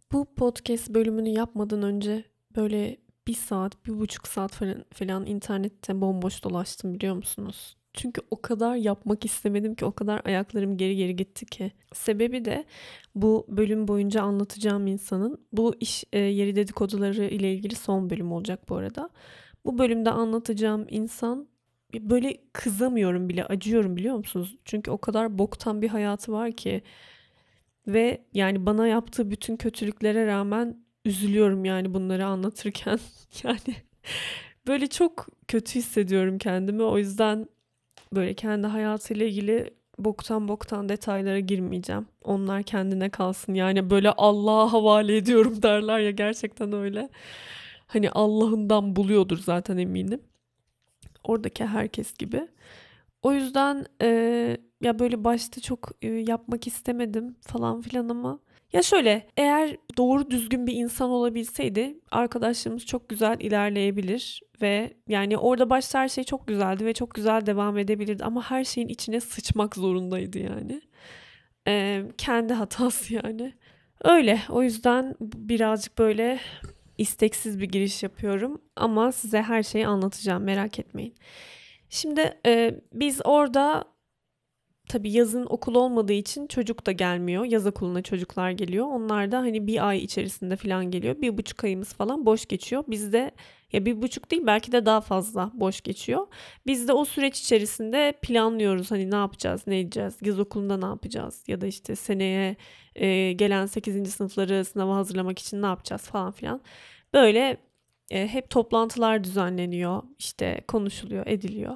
Bu podcast bölümünü yapmadan önce böyle 1 saat, 1,5 saat falan internette bomboş dolaştım biliyor musunuz? Çünkü o kadar yapmak istemedim ki o kadar ayaklarım geri geri gitti ki. Sebebi de bu bölüm boyunca anlatacağım insanın bu iş yeri dedikoduları ile ilgili son bölüm olacak bu arada. Bu bölümde anlatacağım insan böyle kızamıyorum bile acıyorum biliyor musunuz? Çünkü o kadar boktan bir hayatı var ki. Ve yani bana yaptığı bütün kötülüklere rağmen üzülüyorum yani bunları anlatırken. Yani böyle çok kötü hissediyorum kendimi. O yüzden böyle kendi hayatıyla ilgili boktan boktan detaylara girmeyeceğim. Onlar kendine kalsın. Yani böyle Allah'a havale ediyorum derler ya, gerçekten öyle. Hani Allah'ından buluyordur zaten, eminim. Oradaki herkes gibi. O yüzden ya böyle başta çok yapmak istemedim falan filan ama ya şöyle, eğer doğru düzgün bir insan olabilseydi arkadaşlığımız çok güzel ilerleyebilir ve yani orada başta her şey çok güzeldi ve çok güzel devam edebilirdi ama her şeyin içine sıçmak zorundaydı yani. Kendi hatası yani. Öyle, o yüzden birazcık böyle isteksiz bir giriş yapıyorum ama size her şeyi anlatacağım, merak etmeyin. Şimdi biz orada tabii yazın okul olmadığı için çocuk da gelmiyor. Yaz okuluna çocuklar geliyor. Onlar da hani bir ay içerisinde falan geliyor. 1,5 ayımız falan boş geçiyor. Bizde ya 1,5 değil, belki de daha fazla boş geçiyor. Biz de o süreç içerisinde planlıyoruz. Hani ne yapacağız, ne edeceğiz, yaz okulunda ne yapacağız ya da işte seneye gelen 8. sınıfları sınava hazırlamak için ne yapacağız falan filan. Böyle hep toplantılar düzenleniyor, işte konuşuluyor, ediliyor.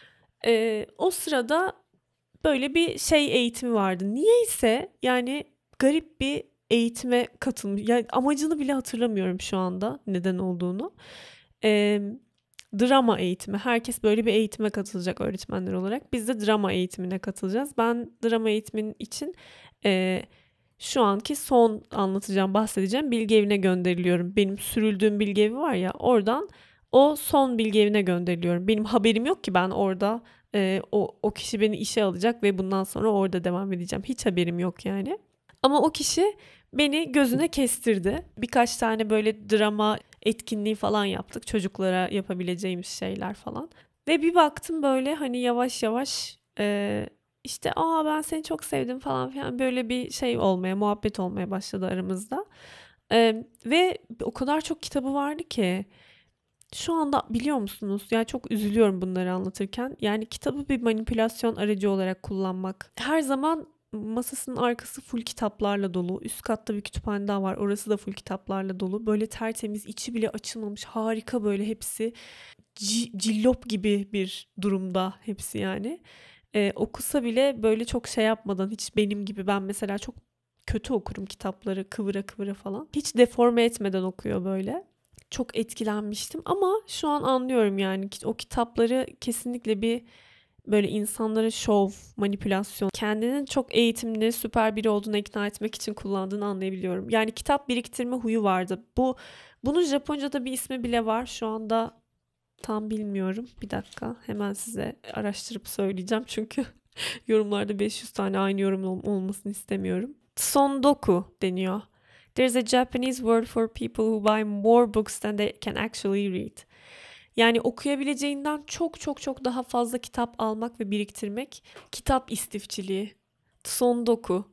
O sırada böyle bir şey eğitimi vardı. Niyeyse yani garip bir eğitime katılmış. Yani amacını bile hatırlamıyorum şu anda neden olduğunu. Ee, Drama eğitimi. Herkes böyle bir eğitime katılacak öğretmenler olarak. Biz de drama eğitimine katılacağız. Ben drama eğitimin için e, şu anki son anlatacağım, bahsedeceğim bilgi evine gönderiliyorum. Benim sürüldüğüm bilgi evi var ya, oradan o son bilgi evine gönderiliyorum. Benim haberim yok ki ben orada o kişi beni işe alacak ve bundan sonra orada devam edeceğim. Hiç haberim yok yani. Ama o kişi beni gözüne kestirdi. Birkaç tane böyle drama etkinliği falan yaptık. Çocuklara yapabileceğimiz şeyler falan. Ve bir baktım böyle hani yavaş yavaş işte ben seni çok sevdim falan filan, böyle bir şey olmaya, muhabbet olmaya başladı aramızda. Ve o kadar çok kitabı vardı ki şu anda, biliyor musunuz? Ya çok üzülüyorum bunları anlatırken. Yani kitabı bir manipülasyon aracı olarak kullanmak. Her zaman masasının arkası full kitaplarla dolu. Üst katta bir kütüphane daha var. Orası da full kitaplarla dolu. Böyle tertemiz, içi bile açılmamış. Harika, böyle hepsi cillop gibi bir durumda hepsi yani. Okusa bile böyle çok şey yapmadan, hiç benim gibi, ben mesela çok kötü okurum kitapları, kıvıra kıvıra falan. Hiç deforme etmeden okuyor böyle. Çok etkilenmiştim ama şu an anlıyorum yani o kitapları kesinlikle bir böyle insanlara şov, manipülasyon, kendinin çok eğitimli, süper biri olduğuna ikna etmek için kullandığını anlayabiliyorum. Yani kitap biriktirme huyu vardı. Bunun Japonca'da bir ismi bile var. Şu anda tam bilmiyorum. Bir dakika, hemen size araştırıp söyleyeceğim çünkü yorumlarda 500 tane aynı yorum olmasını istemiyorum. Sondoku deniyor. There's a Japanese word for people who buy more books than they can actually read. Yani okuyabileceğinden çok çok çok daha fazla kitap almak ve biriktirmek. Kitap istifçiliği. Sondoku.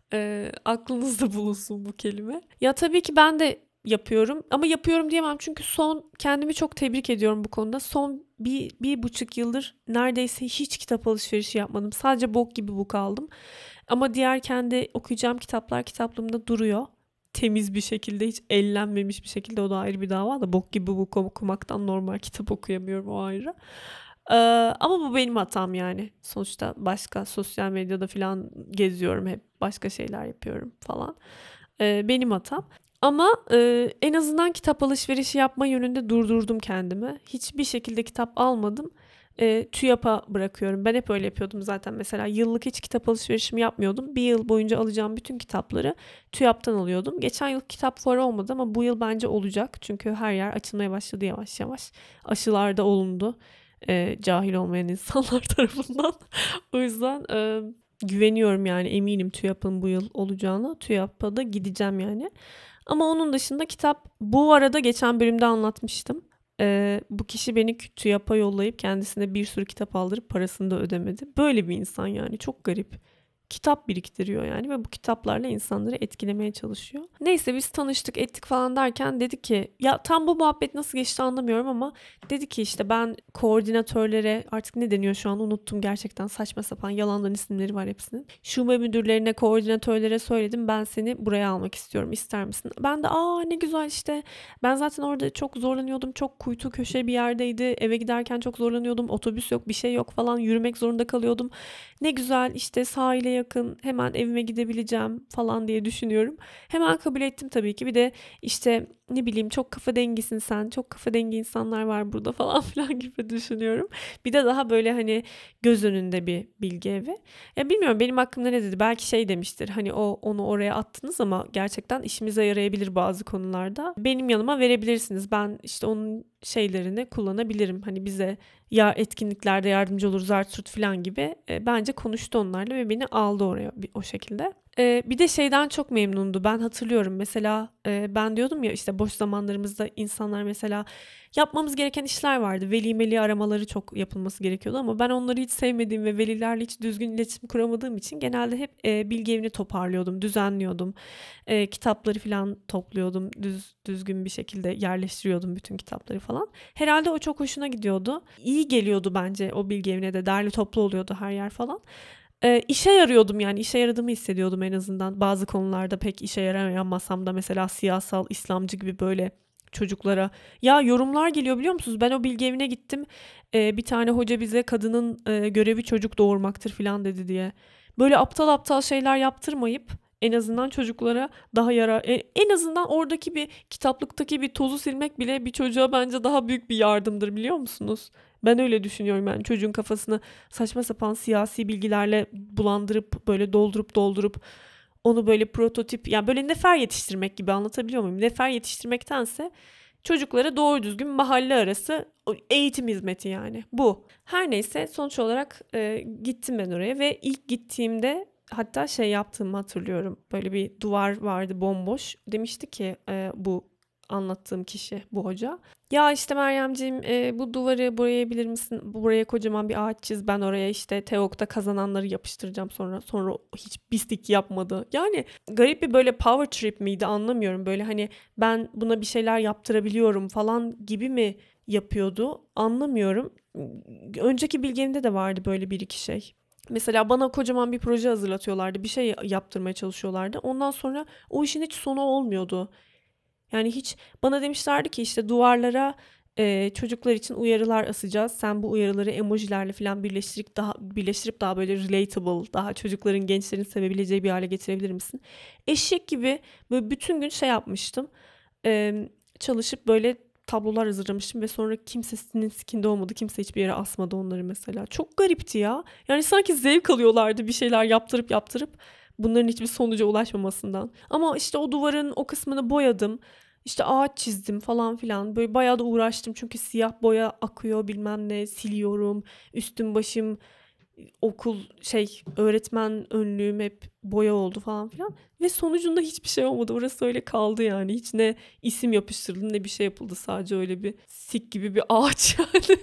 Aklınızda bulunsun bu kelime. Ya tabii ki ben de yapıyorum ama yapıyorum diyemem çünkü kendimi çok tebrik ediyorum bu konuda. Son 1,5 yıldır neredeyse hiç kitap alışverişi yapmadım. Sadece bok gibi book aldım. Ama diğer kendi okuyacağım kitaplar kitaplığımda duruyor. Temiz bir şekilde, hiç ellenmemiş bir şekilde, o da ayrı bir dava da, bok gibi book okumaktan normal kitap okuyamıyorum, o ayrı. Ama bu benim hatam yani. Sonuçta başka sosyal medyada falan geziyorum, hep başka şeyler yapıyorum falan. Benim hatam. Ama en azından kitap alışverişi yapma yönünde durdurdum kendimi. Hiçbir şekilde kitap almadım. TÜYAP'a bırakıyorum. Ben hep öyle yapıyordum zaten. Mesela yıllık hiç kitap alışverişimi yapmıyordum. Bir yıl boyunca alacağım bütün kitapları TÜYAP'tan alıyordum. Geçen yıl kitap fuarı olmadı ama bu yıl bence olacak. Çünkü her yer açılmaya başladı yavaş yavaş. Aşılar da olundu. Cahil olmayan insanlar tarafından. O yüzden güveniyorum yani, eminim TÜYAP'ın bu yıl olacağına. TÜYAP'a da gideceğim yani. Ama onun dışında kitap, bu arada geçen bölümde anlatmıştım. Bu kişi beni TÜYAP'a yollayıp kendisine bir sürü kitap aldırıp parasını da ödemedi. Böyle bir insan yani, çok garip. Kitap biriktiriyor yani ve bu kitaplarla insanları etkilemeye çalışıyor. Neyse biz tanıştık ettik falan derken dedi ki, ya tam bu muhabbet nasıl geçti anlamıyorum ama dedi ki işte ben koordinatörlere, artık ne deniyor şu an unuttum gerçekten, saçma sapan yalandan isimleri var hepsinin. Şube müdürlerine, koordinatörlere söyledim, ben seni buraya almak istiyorum, ister misin? Ben de ne güzel işte, ben zaten orada çok zorlanıyordum, çok kuytu köşe bir yerdeydi, eve giderken çok zorlanıyordum, otobüs yok bir şey yok falan, yürümek zorunda kalıyordum. Ne güzel işte, sahile yakın, hemen evime gidebileceğim falan diye düşünüyorum. Hemen kabul ettim tabii ki. Bir de işte ne bileyim, çok kafa dengisin sen, çok kafa dengi insanlar var burada falan filan gibi düşünüyorum. Bir de daha böyle hani göz önünde bir bilgi evi. Ya bilmiyorum benim hakkımda ne dedi. Belki şey demiştir, hani onu oraya attınız ama gerçekten işimize yarayabilir bazı konularda. Benim yanıma verebilirsiniz. Ben işte onun şeylerini kullanabilirim. Hani bize ya etkinliklerde yardımcı olur zart falan gibi. Bence konuştu onlarla ve beni aldı oraya o şekilde. Bir de şeyden çok memnundu. Ben hatırlıyorum mesela, ben diyordum ya işte boş zamanlarımızda insanlar mesela yapmamız gereken işler vardı. Veli aramaları çok yapılması gerekiyordu ama ben onları hiç sevmediğim ve velilerle hiç düzgün iletişim kuramadığım için genelde hep bilgi evini toparlıyordum, düzenliyordum. Kitapları falan topluyordum, düzgün bir şekilde yerleştiriyordum bütün kitapları falan. Herhalde o çok hoşuna gidiyordu. İyi geliyordu bence o bilgi evine de, derli toplu oluyordu her yer falan. İşe yarıyordum yani, işe yaradığımı hissediyordum en azından. Bazı konularda pek işe yaramayan masamda, mesela siyasal, İslamcı gibi böyle çocuklara. Ya yorumlar geliyor biliyor musunuz? Ben o bilgi evine gittim. Bir tane hoca bize kadının görevi çocuk doğurmaktır falan dedi diye. Böyle aptal aptal şeyler yaptırmayıp en azından çocuklara daha en azından oradaki bir kitaplıktaki bir tozu silmek bile bir çocuğa bence daha büyük bir yardımdır biliyor musunuz? Ben öyle düşünüyorum yani, çocuğun kafasını saçma sapan siyasi bilgilerle bulandırıp böyle doldurup onu böyle prototip, yani böyle nefer yetiştirmek gibi, anlatabiliyor muyum? Nefer yetiştirmektense çocuklara doğru düzgün mahalle arası eğitim hizmeti, yani bu. Her neyse sonuç olarak gittim ben oraya ve ilk gittiğimde hatta şey yaptığımı hatırlıyorum. Böyle bir duvar vardı bomboş. Demişti ki bu anlattığım kişi, bu hoca. Ya işte Meryemciğim, bu duvarı boyayabilir misin? Buraya kocaman bir ağaç çiz. Ben oraya işte TEOG'da kazananları yapıştıracağım sonra. Sonra hiç pislik yapmadı. Yani garip bir böyle power trip miydi anlamıyorum. Böyle hani ben buna bir şeyler yaptırabiliyorum falan gibi mi yapıyordu anlamıyorum. Önceki bilgimde de vardı böyle bir iki şey. Mesela bana kocaman bir proje hazırlatıyorlardı. Bir şey yaptırmaya çalışıyorlardı. Ondan sonra o işin hiç sonu olmuyordu. Yani hiç, bana demişlerdi ki işte duvarlara çocuklar için uyarılar asacağız. Sen bu uyarıları emojilerle falan birleştirip daha böyle relatable, daha çocukların, gençlerin sevebileceği bir hale getirebilir misin? Eşek gibi böyle bütün gün şey yapmıştım. Çalışıp böyle tablolar hazırlamıştım ve sonra kimsesinin sikinde olmadı. Kimse hiçbir yere asmadı onları mesela. Çok garipti ya. Yani sanki zevk alıyorlardı bir şeyler yaptırıp bunların hiçbir sonuca ulaşmamasından. Ama işte o duvarın o kısmını boyadım. İşte ağaç çizdim falan filan. Böyle bayağı da uğraştım çünkü siyah boya akıyor, bilmem ne, siliyorum. Üstüm başım okul öğretmen önlüğüm hep boya oldu falan filan. Ve sonucunda hiçbir şey olmadı. Orası öyle kaldı yani. Hiç ne isim yapıştırıldı ne bir şey yapıldı. Sadece öyle bir sik gibi bir ağaç yani.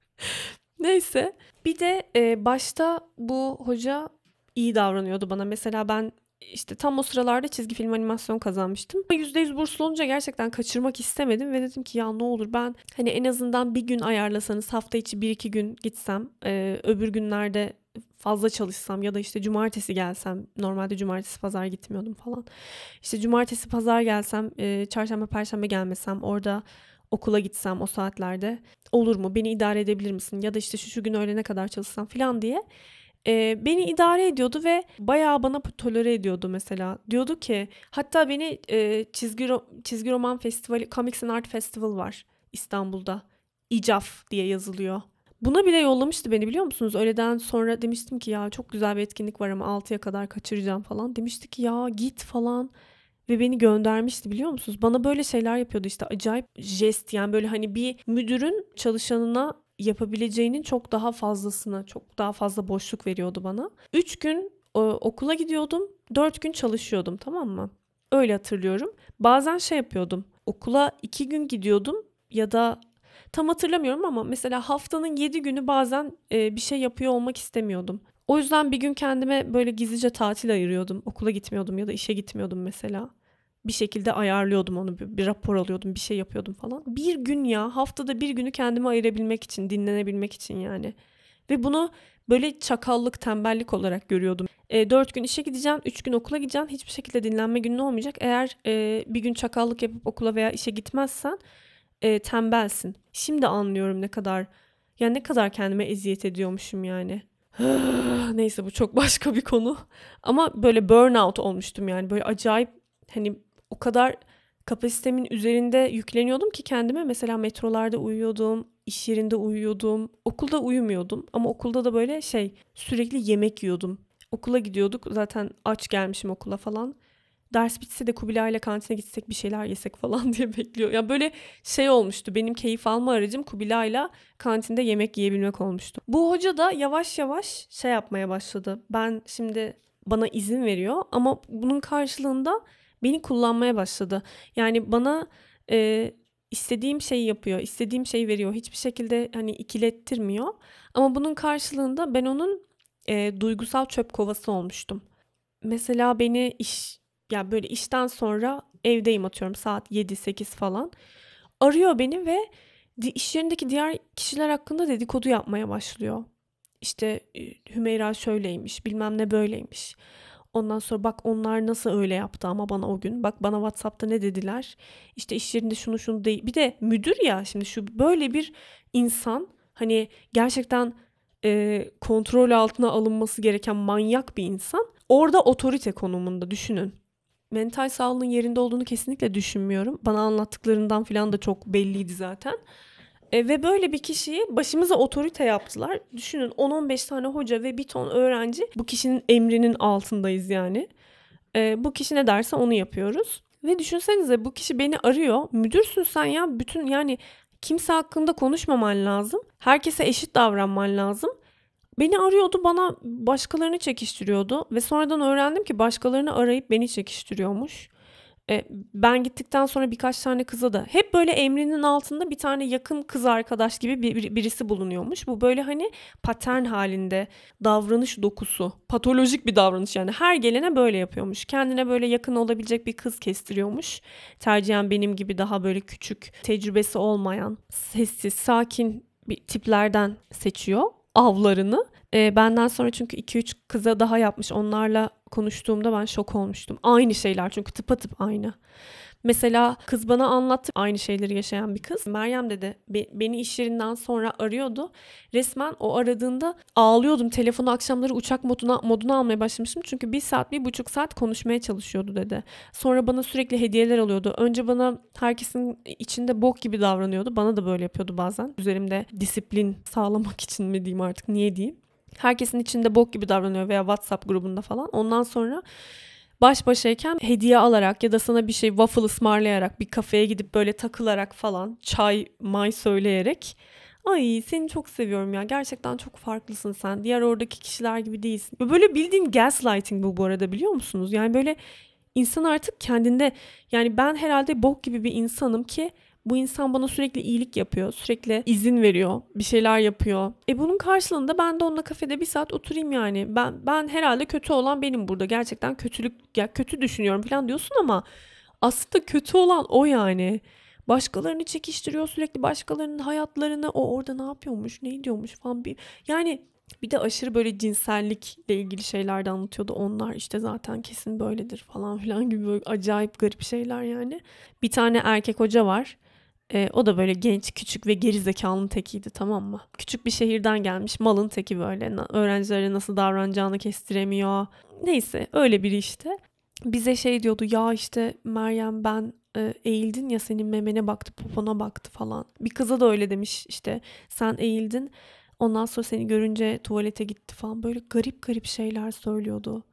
Neyse. Bir de başta bu hoca iyi davranıyordu bana. Mesela ben işte tam o sıralarda çizgi film animasyon kazanmıştım. %100 burslu olunca gerçekten kaçırmak istemedim ve dedim ki ya ne olur ben hani en azından bir gün ayarlasanız, hafta içi 1-2 gün gitsem, öbür günlerde fazla çalışsam ya da işte cumartesi gelsem, normalde cumartesi pazar gitmiyordum falan. İşte cumartesi pazar gelsem, çarşamba perşembe gelmesem, orada okula gitsem o saatlerde olur mu? Beni idare edebilir misin? Ya da işte şu gün öğlene kadar çalışsam falan diye. Beni idare ediyordu ve bayağı bana tolere ediyordu mesela. Diyordu ki, hatta beni çizgi roman festivali, Comics and Art Festival var İstanbul'da. İCAF diye yazılıyor. Buna bile yollamıştı beni biliyor musunuz? Öğleden sonra demiştim ki ya çok güzel bir etkinlik var ama 6'ya kadar kaçıracağım falan. Demişti ki ya git falan. Ve beni göndermişti biliyor musunuz? Bana böyle şeyler yapıyordu işte, acayip jest, yani böyle hani bir müdürün çalışanına yapabileceğinin çok daha fazlasını, çok daha fazla boşluk veriyordu bana. 3 gün okula gidiyordum, 4 gün çalışıyordum, tamam mı? Öyle hatırlıyorum. Bazen şey yapıyordum. Okula 2 gün gidiyordum ya da tam hatırlamıyorum ama mesela haftanın 7 günü bazen bir şey yapıyor olmak istemiyordum. O yüzden bir gün kendime böyle gizlice tatil ayırıyordum. Okula gitmiyordum ya da işe gitmiyordum mesela. Bir şekilde ayarlıyordum onu, bir rapor alıyordum, bir şey yapıyordum falan. Bir gün ya, haftada bir günü kendime ayırabilmek için, dinlenebilmek için yani. Ve bunu böyle çakallık, tembellik olarak görüyordum. 4 gün işe gideceğim, 3 gün okula gideceğim. Hiçbir şekilde dinlenme günün olmayacak. Eğer bir gün çakallık yapıp okula veya işe gitmezsen tembelsin. Şimdi anlıyorum ne kadar kendime eziyet ediyormuşum yani. Neyse bu çok başka bir konu. Ama böyle burnout olmuştum yani. Böyle acayip hani o kadar kapasitemin üzerinde yükleniyordum ki kendime. Mesela metrolarda uyuyordum, iş yerinde uyuyordum, okulda uyumuyordum. Ama okulda da böyle sürekli yemek yiyordum. Okula gidiyorduk, zaten aç gelmişim okula falan. Ders bitse de Kubilay'la kantine gitsek bir şeyler yesek falan diye bekliyor. Ya böyle olmuştu. Benim keyif alma aracım Kubilay'la kantinde yemek yiyebilmek olmuştu. Bu hoca da yavaş yavaş yapmaya başladı. Ben şimdi bana izin veriyor ama bunun karşılığında beni kullanmaya başladı. Yani bana istediğim şeyi yapıyor, istediğim şeyi veriyor. Hiçbir şekilde hani ikilettirmiyor. Ama bunun karşılığında ben onun duygusal çöp kovası olmuştum. Mesela beni böyle işten sonra evdeyim, atıyorum saat 7-8 falan. Arıyor beni ve iş yerindeki diğer kişiler hakkında dedikodu yapmaya başlıyor. İşte Hümeyra şöyleymiş, bilmem ne böyleymiş. Ondan sonra bak onlar nasıl öyle yaptı ama bana o gün. Bak bana WhatsApp'ta ne dediler. İşte iş yerinde şunu değil. Bir de müdür ya, şimdi şu böyle bir insan, hani gerçekten kontrol altına alınması gereken manyak bir insan. Orada otorite konumunda, düşünün. Mental sağlığının yerinde olduğunu kesinlikle düşünmüyorum. Bana anlattıklarından falan da çok belliydi zaten. Ve böyle bir kişiyi başımıza otorite yaptılar. Düşünün, 10-15 tane hoca ve bir ton öğrenci bu kişinin emrinin altındayız yani. Bu kişi ne derse onu yapıyoruz. Ve düşünsenize, bu kişi beni arıyor. Müdürsün sen ya, bütün yani kimse hakkında konuşmaman lazım. Herkese eşit davranman lazım. Beni arıyordu, bana başkalarını çekiştiriyordu ve sonradan öğrendim ki başkalarını arayıp beni çekiştiriyormuş. Ben gittikten sonra birkaç tane kıza da hep böyle emrinin altında bir tane yakın kız arkadaş gibi birisi bulunuyormuş. Bu böyle hani patern halinde davranış dokusu, patolojik bir davranış yani, her gelene böyle yapıyormuş. Kendine böyle yakın olabilecek bir kız kestiriyormuş. Tercihen benim gibi daha böyle küçük, tecrübesi olmayan, sessiz, sakin bir tiplerden seçiyor avlarını. Benden sonra çünkü 2-3 kıza daha yapmış. Onlarla konuştuğumda ben şok olmuştum. Aynı şeyler çünkü, tıpatıp aynı. Mesela kız bana anlattı, aynı şeyleri yaşayan bir kız. Meryem dedi, beni iş yerinden sonra arıyordu. Resmen o aradığında ağlıyordum. Telefonu akşamları uçak moduna almaya başlamıştım. Çünkü 1 saat, 1,5 saat konuşmaya çalışıyordu dedi. Sonra bana sürekli hediyeler alıyordu. Önce bana herkesin içinde bok gibi davranıyordu. Bana da böyle yapıyordu bazen. Üzerimde disiplin sağlamak için mi diyeyim artık, niye diyeyim. Herkesin içinde bok gibi davranıyor veya WhatsApp grubunda falan. Ondan sonra baş başayken hediye alarak ya da sana bir şey, waffle ısmarlayarak, bir kafeye gidip böyle takılarak falan, çay may söyleyerek, ay seni çok seviyorum ya, gerçekten çok farklısın sen, diğer oradaki kişiler gibi değilsin. Böyle bildiğin gaslighting bu arada, biliyor musunuz? Yani böyle insan artık kendinde, yani ben herhalde bok gibi bir insanım ki bu insan bana sürekli iyilik yapıyor, sürekli izin veriyor, bir şeyler yapıyor. Bunun karşılığında ben de onunla kafede 1 saat oturayım yani. Ben herhalde kötü olan benim burada. Gerçekten kötü düşünüyorum falan diyorsun ama aslında kötü olan o yani. Başkalarını çekiştiriyor sürekli, başkalarının hayatlarını, o orada ne yapıyormuş, ne ediyormuş falan. Yani bir de aşırı böyle cinsellikle ilgili şeyler de anlatıyordu. Onlar işte zaten kesin böyledir falan filan gibi, böyle acayip garip şeyler yani. Bir tane erkek hoca var. O da böyle genç, küçük ve geri zekalının tekiydi, tamam mı? Küçük bir şehirden gelmiş, malın teki böyle. Öğrencilere nasıl davranacağını kestiremiyor. Neyse, öyle biri işte. Bize diyordu ya, işte Meryem ben eğildin ya, senin memene baktı, popona baktı falan. Bir kıza da öyle demiş işte, sen eğildin, ondan sonra seni görünce tuvalete gitti falan. Böyle garip garip şeyler söylüyordu.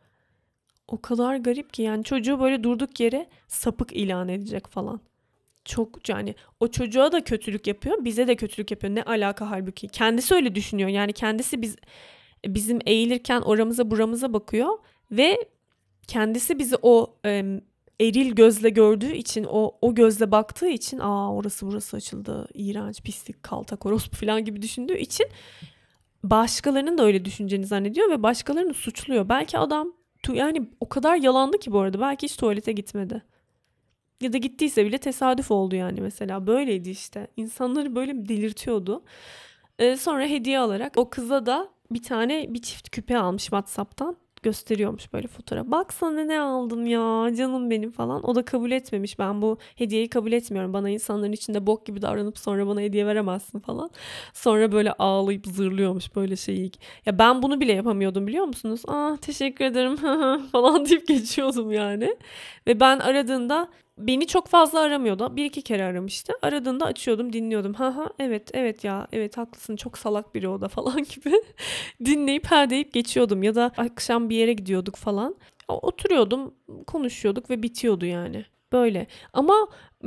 O kadar garip ki yani, çocuğu böyle durduk yere sapık ilan edecek falan. Çok yani, o çocuğa da kötülük yapıyor, bize de kötülük yapıyor. Ne alaka halbuki? Kendisi öyle düşünüyor. Yani kendisi bizim eğilirken oramıza buramıza bakıyor ve kendisi bizi o eril gözle gördüğü için, o gözle baktığı için, orası burası açıldı, iğrenç, pislik, kaltak, orospu falan gibi düşündüğü için başkalarının da öyle düşüneceğini zannediyor ve başkalarını suçluyor. Belki adam yani o kadar yalandı ki bu arada, belki hiç tuvalete gitmedi. Ya da gittiyse bile tesadüf oldu yani mesela. Böyleydi işte. İnsanları böyle delirtiyordu. Sonra hediye alarak o kıza da bir çift küpe almış WhatsApp'tan. Gösteriyormuş böyle fotoğraf. Bak sana ne aldım ya, canım benim falan. O da kabul etmemiş. Ben bu hediyeyi kabul etmiyorum. Bana insanların içinde bok gibi davranıp sonra bana hediye veremezsin falan. Sonra böyle ağlayıp zırlıyormuş böyle şeyi. Ya ben bunu bile yapamıyordum, biliyor musunuz? Teşekkür ederim falan deyip geçiyordum yani. Ve ben aradığında beni çok fazla aramıyordu. Bir iki kere aramıştı. Aradığında açıyordum, dinliyordum. Evet ya, evet haklısın, çok salak biri o da falan gibi. Dinleyip deyip geçiyordum. Ya da akşam bir yere gidiyorduk falan. Oturuyordum, konuşuyorduk ve bitiyordu yani. Böyle. Ama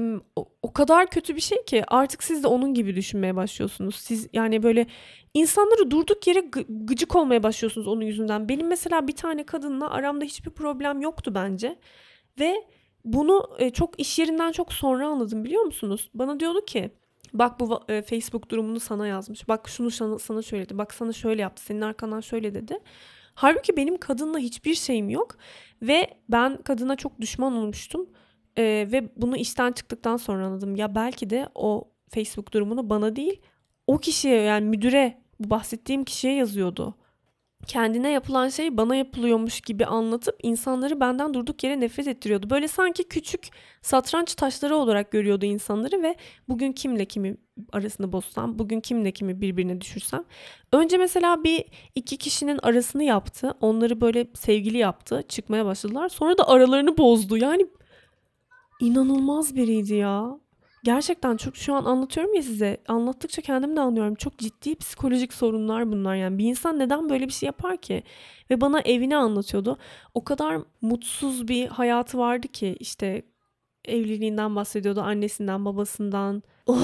o kadar kötü bir şey ki artık siz de onun gibi düşünmeye başlıyorsunuz. Siz yani böyle insanları durduk yere gıcık olmaya başlıyorsunuz onun yüzünden. Benim mesela bir tane kadınla aramda hiçbir problem yoktu bence. Ve bunu çok iş yerinden çok sonra anladım, biliyor musunuz? Bana diyordu ki bak bu Facebook durumunu sana yazmış. Bak şunu sana söyledi. Bak sana şöyle yaptı. Senin arkandan şöyle dedi. Halbuki benim kadınla hiçbir şeyim yok. Ve ben kadına çok düşman olmuştum. Ve bunu işten çıktıktan sonra anladım. Ya belki de o Facebook durumunu bana değil, o kişiye, yani müdüre, bu bahsettiğim kişiye yazıyordu. Kendine yapılan şey bana yapılıyormuş gibi anlatıp insanları benden durduk yere nefret ettiriyordu. Böyle sanki küçük satranç taşları olarak görüyordu insanları ve bugün kimle kimi arasını bozsam, bugün kimle kimi birbirine düşürsem. Önce mesela iki kişinin arasını yaptı. Onları böyle sevgili yaptı. Çıkmaya başladılar. Sonra da aralarını bozdu. Yani inanılmaz biriydi ya. Gerçekten çok, şu an anlatıyorum ya size. Anlattıkça kendim de anlıyorum. Çok ciddi psikolojik sorunlar bunlar yani. Bir insan neden böyle bir şey yapar ki? Ve bana evini anlatıyordu. O kadar mutsuz bir hayatı vardı ki, işte evliliğinden bahsediyordu, annesinden, babasından.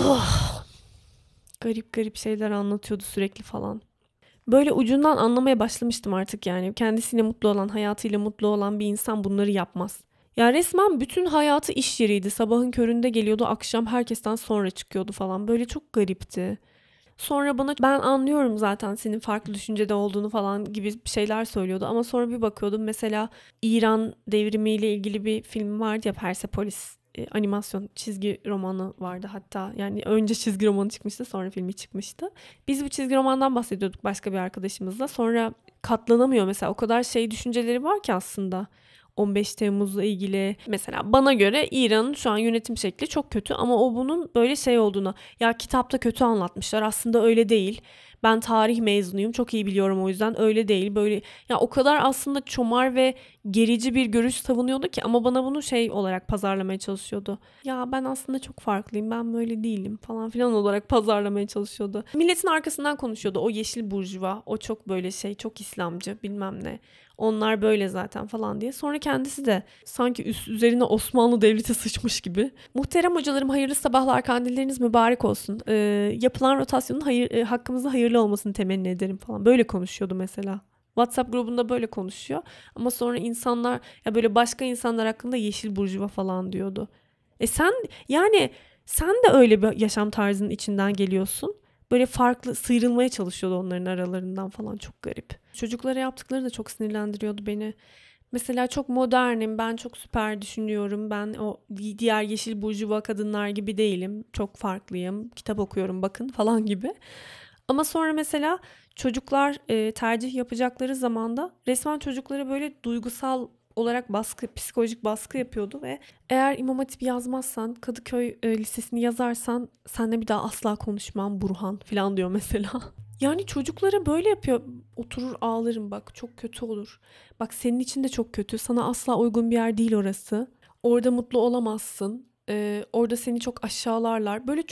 Garip garip şeyler anlatıyordu sürekli falan. Böyle ucundan anlamaya başlamıştım artık yani. Kendisiyle mutlu olan, hayatıyla mutlu olan bir insan bunları yapmaz. Ya resmen bütün hayatı iş yeriydi. Sabahın köründe geliyordu, akşam herkesten sonra çıkıyordu falan. Böyle çok garipti. Sonra bana ben anlıyorum zaten senin farklı düşüncede olduğunu falan gibi şeyler söylüyordu. Ama sonra bir bakıyordum, mesela İran devrimiyle ilgili bir film vardı ya, Persepolis, animasyon çizgi romanı vardı hatta. Yani önce çizgi romanı çıkmıştı, sonra filmi çıkmıştı. Biz bu çizgi romandan bahsediyorduk başka bir arkadaşımızla. Sonra katlanamıyor mesela, o kadar şey düşünceleri var ki aslında. 15 Temmuz'la ilgili mesela bana göre İran'ın şu an yönetim şekli çok kötü ama o bunun böyle şey olduğunu, ya kitapta kötü anlatmışlar, aslında öyle değil. Ben tarih mezunuyum, çok iyi biliyorum, o yüzden öyle değil böyle, ya o kadar aslında çomar ve gerici bir görüş savunuyordu ki, ama bana bunu şey olarak pazarlamaya çalışıyordu. Ya ben aslında çok farklıyım, ben böyle değilim falan filan olarak pazarlamaya çalışıyordu. Milletin arkasından konuşuyordu, o yeşil burjuva, o çok böyle şey, çok İslamcı bilmem ne. Onlar böyle zaten falan diye. Sonra kendisi de sanki üzerine Osmanlı Devleti sıçmış gibi. Muhterem hocalarım, hayırlı sabahlar, kandilleriniz mübarek olsun. Yapılan rotasyonun hakkımızda hayırlı olmasını temenni ederim falan. Böyle konuşuyordu mesela. WhatsApp grubunda böyle konuşuyor. Ama sonra insanlar, ya böyle başka insanlar hakkında yeşil burjuva falan diyordu. Sen yani sen de öyle bir yaşam tarzının içinden geliyorsun. Böyle farklı sıyrılmaya çalışıyordu onların aralarından falan, çok garip. Çocuklara yaptıkları da çok sinirlendiriyordu beni. Mesela çok modernim, ben çok süper düşünüyorum, ben o diğer yeşil burjuva kadınlar gibi değilim, çok farklıyım, kitap okuyorum bakın falan gibi. Ama sonra mesela çocuklar tercih yapacakları zaman da resmen çocuklara böyle duygusal olarak psikolojik baskı yapıyordu ve eğer İmam Hatip yazmazsan, Kadıköy Lisesi'ni yazarsan seninle bir daha asla konuşmam Burhan falan diyor mesela. Yani çocuklara böyle yapıyor. Oturur ağlarım, bak çok kötü olur. Bak senin için de çok kötü. Sana asla uygun bir yer değil orası. Orada mutlu olamazsın. Orada seni çok aşağılarlar. Böyle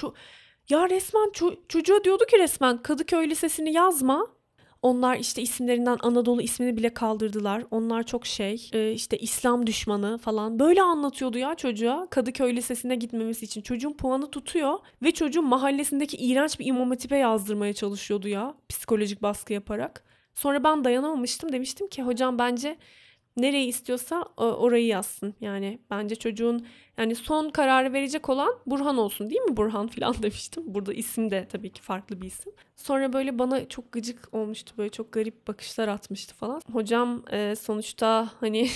ya resmen çocuğa diyordu ki, resmen Kadıköy Lisesi'ni yazma. Onlar işte isimlerinden Anadolu ismini bile kaldırdılar. Onlar çok işte İslam düşmanı falan. Böyle anlatıyordu ya çocuğa, Kadıköy Lisesi'ne gitmemesi için. Çocuğun puanı tutuyor ve çocuğun mahallesindeki iğrenç bir İmam Hatip'e yazdırmaya çalışıyordu ya, psikolojik baskı yaparak. Sonra ben dayanamamıştım, demiştim ki hocam bence Nereyi istiyorsa orayı yazsın. Yani bence çocuğun yani son kararı verecek olan Burhan olsun, değil mi? Burhan falan demiştim. Burada isim de tabii ki farklı bir isim. Sonra böyle bana çok gıcık olmuştu. Böyle çok garip bakışlar atmıştı falan. Hocam sonuçta hani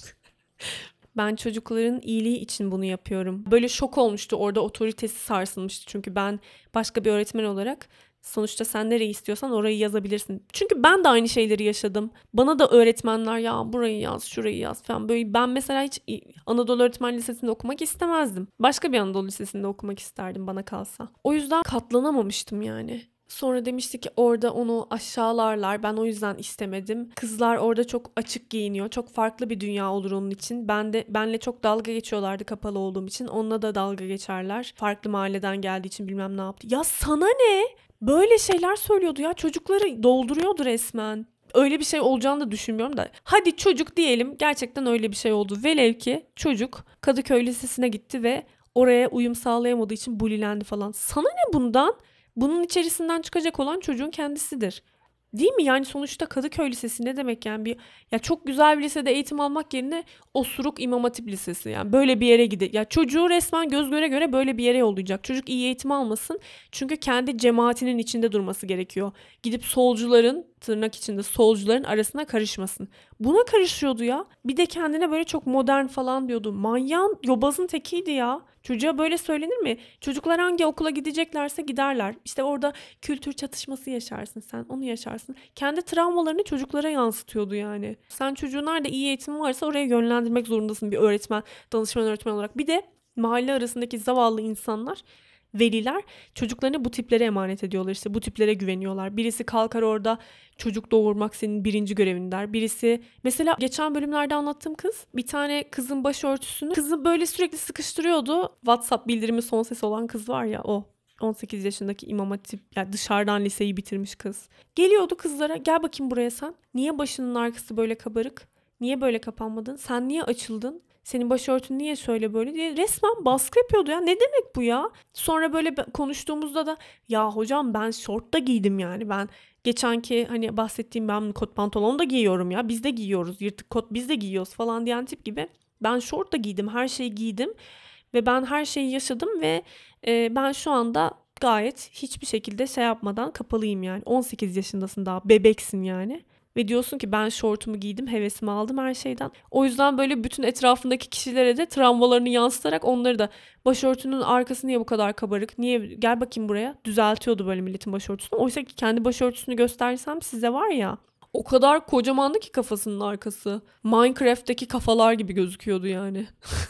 ben çocukların iyiliği için bunu yapıyorum. Böyle şok olmuştu. Orada otoritesi sarsılmıştı. Çünkü ben başka bir öğretmen olarak sonuçta sen nereyi istiyorsan orayı yazabilirsin. Çünkü ben de aynı şeyleri yaşadım. Bana da öğretmenler ya burayı yaz, şurayı yaz falan. Böyle ben mesela hiç Anadolu Öğretmen Lisesi'nde okumak istemezdim. Başka bir Anadolu Lisesi'nde okumak isterdim bana kalsa. O yüzden katlanamamıştım yani. Sonra demişti ki orada onu aşağılarlar. Ben o yüzden istemedim. Kızlar orada çok açık giyiniyor. Çok farklı bir dünya olur onun için. Benle çok dalga geçiyorlardı kapalı olduğum için. Onunla da dalga geçerler. Farklı mahalleden geldiği için bilmem ne yaptı. Ya sana ne? Böyle şeyler söylüyordu ya. Çocukları dolduruyordu resmen. Öyle bir şey olacağını da düşünmüyorum da. Hadi çocuk diyelim gerçekten öyle bir şey oldu. Velev ki çocuk Kadıköy Lisesi'ne gitti ve oraya uyum sağlayamadığı için bulilendi falan. Sana ne bundan? Bunun içerisinden çıkacak olan çocuğun kendisidir. Değil mi? Yani sonuçta Kadıköy Lisesi ne demek yani ya çok güzel bir lisede eğitim almak yerine Osuruk İmam Hatip Lisesi yani böyle bir yere gide. Ya çocuğu resmen göz göre göre böyle bir yere yollayacak. Çocuk iyi eğitim almasın çünkü kendi cemaatinin içinde durması gerekiyor. Gidip solcuların tırnak içinde solcuların arasına karışmasın. Buna karışıyordu ya. Bir de kendine böyle çok modern falan diyordu. Manyağın yobazın tekiydi ya. Çocuğa böyle söylenir mi? Çocuklar hangi okula gideceklerse giderler. İşte orada kültür çatışması yaşarsın sen. Onu yaşarsın. Kendi travmalarını çocuklara yansıtıyordu yani. Sen çocuğun nerede iyi eğitim varsa oraya yönlendirmek zorundasın bir öğretmen, danışman öğretmen olarak. Bir de mahalle arasındaki zavallı insanlar, veliler çocuklarını bu tiplere emanet ediyorlar, işte bu tiplere güveniyorlar. Birisi kalkar orada çocuk doğurmak senin birinci görevin der. Birisi mesela geçen bölümlerde anlattığım kız bir tane kızın başörtüsünü kızı böyle sürekli sıkıştırıyordu. WhatsApp bildirimi son ses olan kız var ya o. 18 yaşındaki İmam Hatip yani dışarıdan liseyi bitirmiş kız. Geliyordu kızlara gel bakayım buraya sen. Niye başının arkası böyle kabarık? Niye böyle kapanmadın? Sen niye açıldın? Senin başörtün niye şöyle böyle diye resmen baskı yapıyordu ya. Ne demek bu ya? Sonra böyle konuştuğumuzda da ya hocam ben şort da giydim yani. Ben geçenki hani bahsettiğim ben kot pantolon da giyiyorum ya. Biz de giyiyoruz. Yırtık kot biz de giyiyoruz falan diyen tip gibi. Ben şort da giydim. Her şeyi giydim. Ve ben her şeyi yaşadım ve ben şu anda gayet hiçbir şekilde şey yapmadan kapalıyım yani. 18 yaşındasın daha bebeksin yani. Ve diyorsun ki ben şortumu giydim, hevesimi aldım her şeyden. O yüzden böyle bütün etrafındaki kişilere de travmalarını yansıtarak onları da başörtünün arkası niye bu kadar kabarık? Niye gel bakayım buraya? Düzeltiyordu böyle milletin başörtüsünü. Oysa ki kendi başörtüsünü göstersem size var ya o kadar kocamandı ki kafasının arkası. Minecraft'taki kafalar gibi gözüküyordu yani.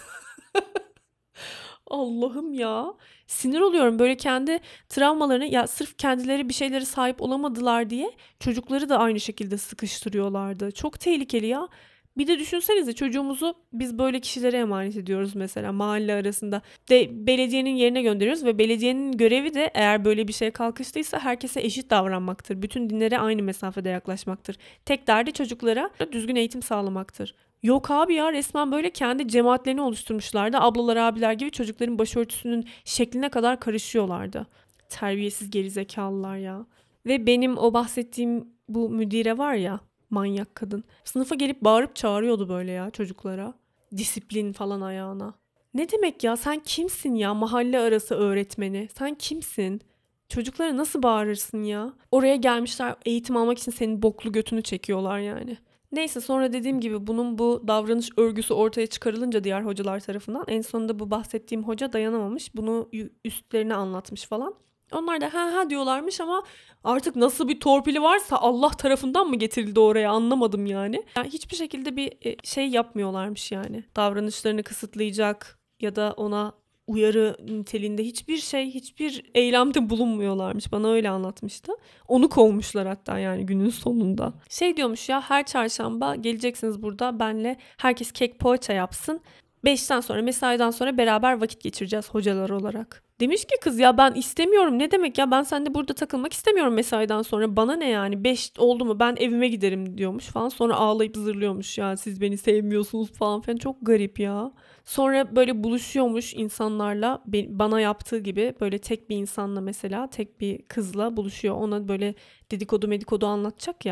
Allah'ım ya. Sinir oluyorum böyle kendi travmalarını ya sırf kendileri bir şeylere sahip olamadılar diye çocukları da aynı şekilde sıkıştırıyorlardı. Çok tehlikeli ya. Bir de düşünsenize çocuğumuzu biz böyle kişilere emanet ediyoruz mesela mahalle arasında. De belediyenin yerine gönderiyoruz ve belediyenin görevi de eğer böyle bir şeye kalkıştıysa herkese eşit davranmaktır. Bütün dinlere aynı mesafede yaklaşmaktır. Tek derdi çocuklara düzgün eğitim sağlamaktır. Yok abi ya resmen böyle kendi cemaatlerini oluşturmuşlardı. Ablalar abiler gibi çocukların başörtüsünün şekline kadar karışıyorlardı. Terbiyesiz gerizekalılar ya. Ve benim o bahsettiğim bu müdire var ya manyak kadın. Sınıfa gelip bağırıp çağırıyordu böyle ya çocuklara. Disiplin falan ayağına. Ne demek ya sen kimsin ya mahalle arası öğretmeni? Sen kimsin? Çocuklara nasıl bağırırsın ya? Oraya gelmişler eğitim almak için senin boklu götünü çekiyorlar yani. Neyse sonra dediğim gibi bunun bu davranış örgüsü ortaya çıkarılınca diğer hocalar tarafından en sonunda bu bahsettiğim hoca dayanamamış. Bunu üstlerine anlatmış falan. Onlar da ha diyorlarmış ama artık nasıl bir torpili varsa Allah tarafından mı getirildi oraya anlamadım yani. Yani hiçbir şekilde bir şey yapmıyorlarmış yani. Davranışlarını kısıtlayacak ya da ona uyarı niteliğinde hiçbir eylemde bulunmuyorlarmış. Bana öyle anlatmıştı. Onu kovmuşlar hatta yani günün sonunda. Şey diyormuş ya her çarşamba geleceksiniz burada benle herkes kek poğaça yapsın. 5'ten sonra mesaiden sonra beraber vakit geçireceğiz hocalar olarak. Demiş ki kız ya ben istemiyorum ne demek ya ben seninle burada takılmak istemiyorum mesaiden sonra bana ne yani 5 oldu mu ben evime giderim diyormuş falan sonra ağlayıp zırlıyormuş ya siz beni sevmiyorsunuz falan filan çok garip ya. Sonra böyle buluşuyormuş insanlarla bana yaptığı gibi böyle tek bir insanla mesela tek bir kızla buluşuyor ona böyle dedikodu medikodu anlatacak ya.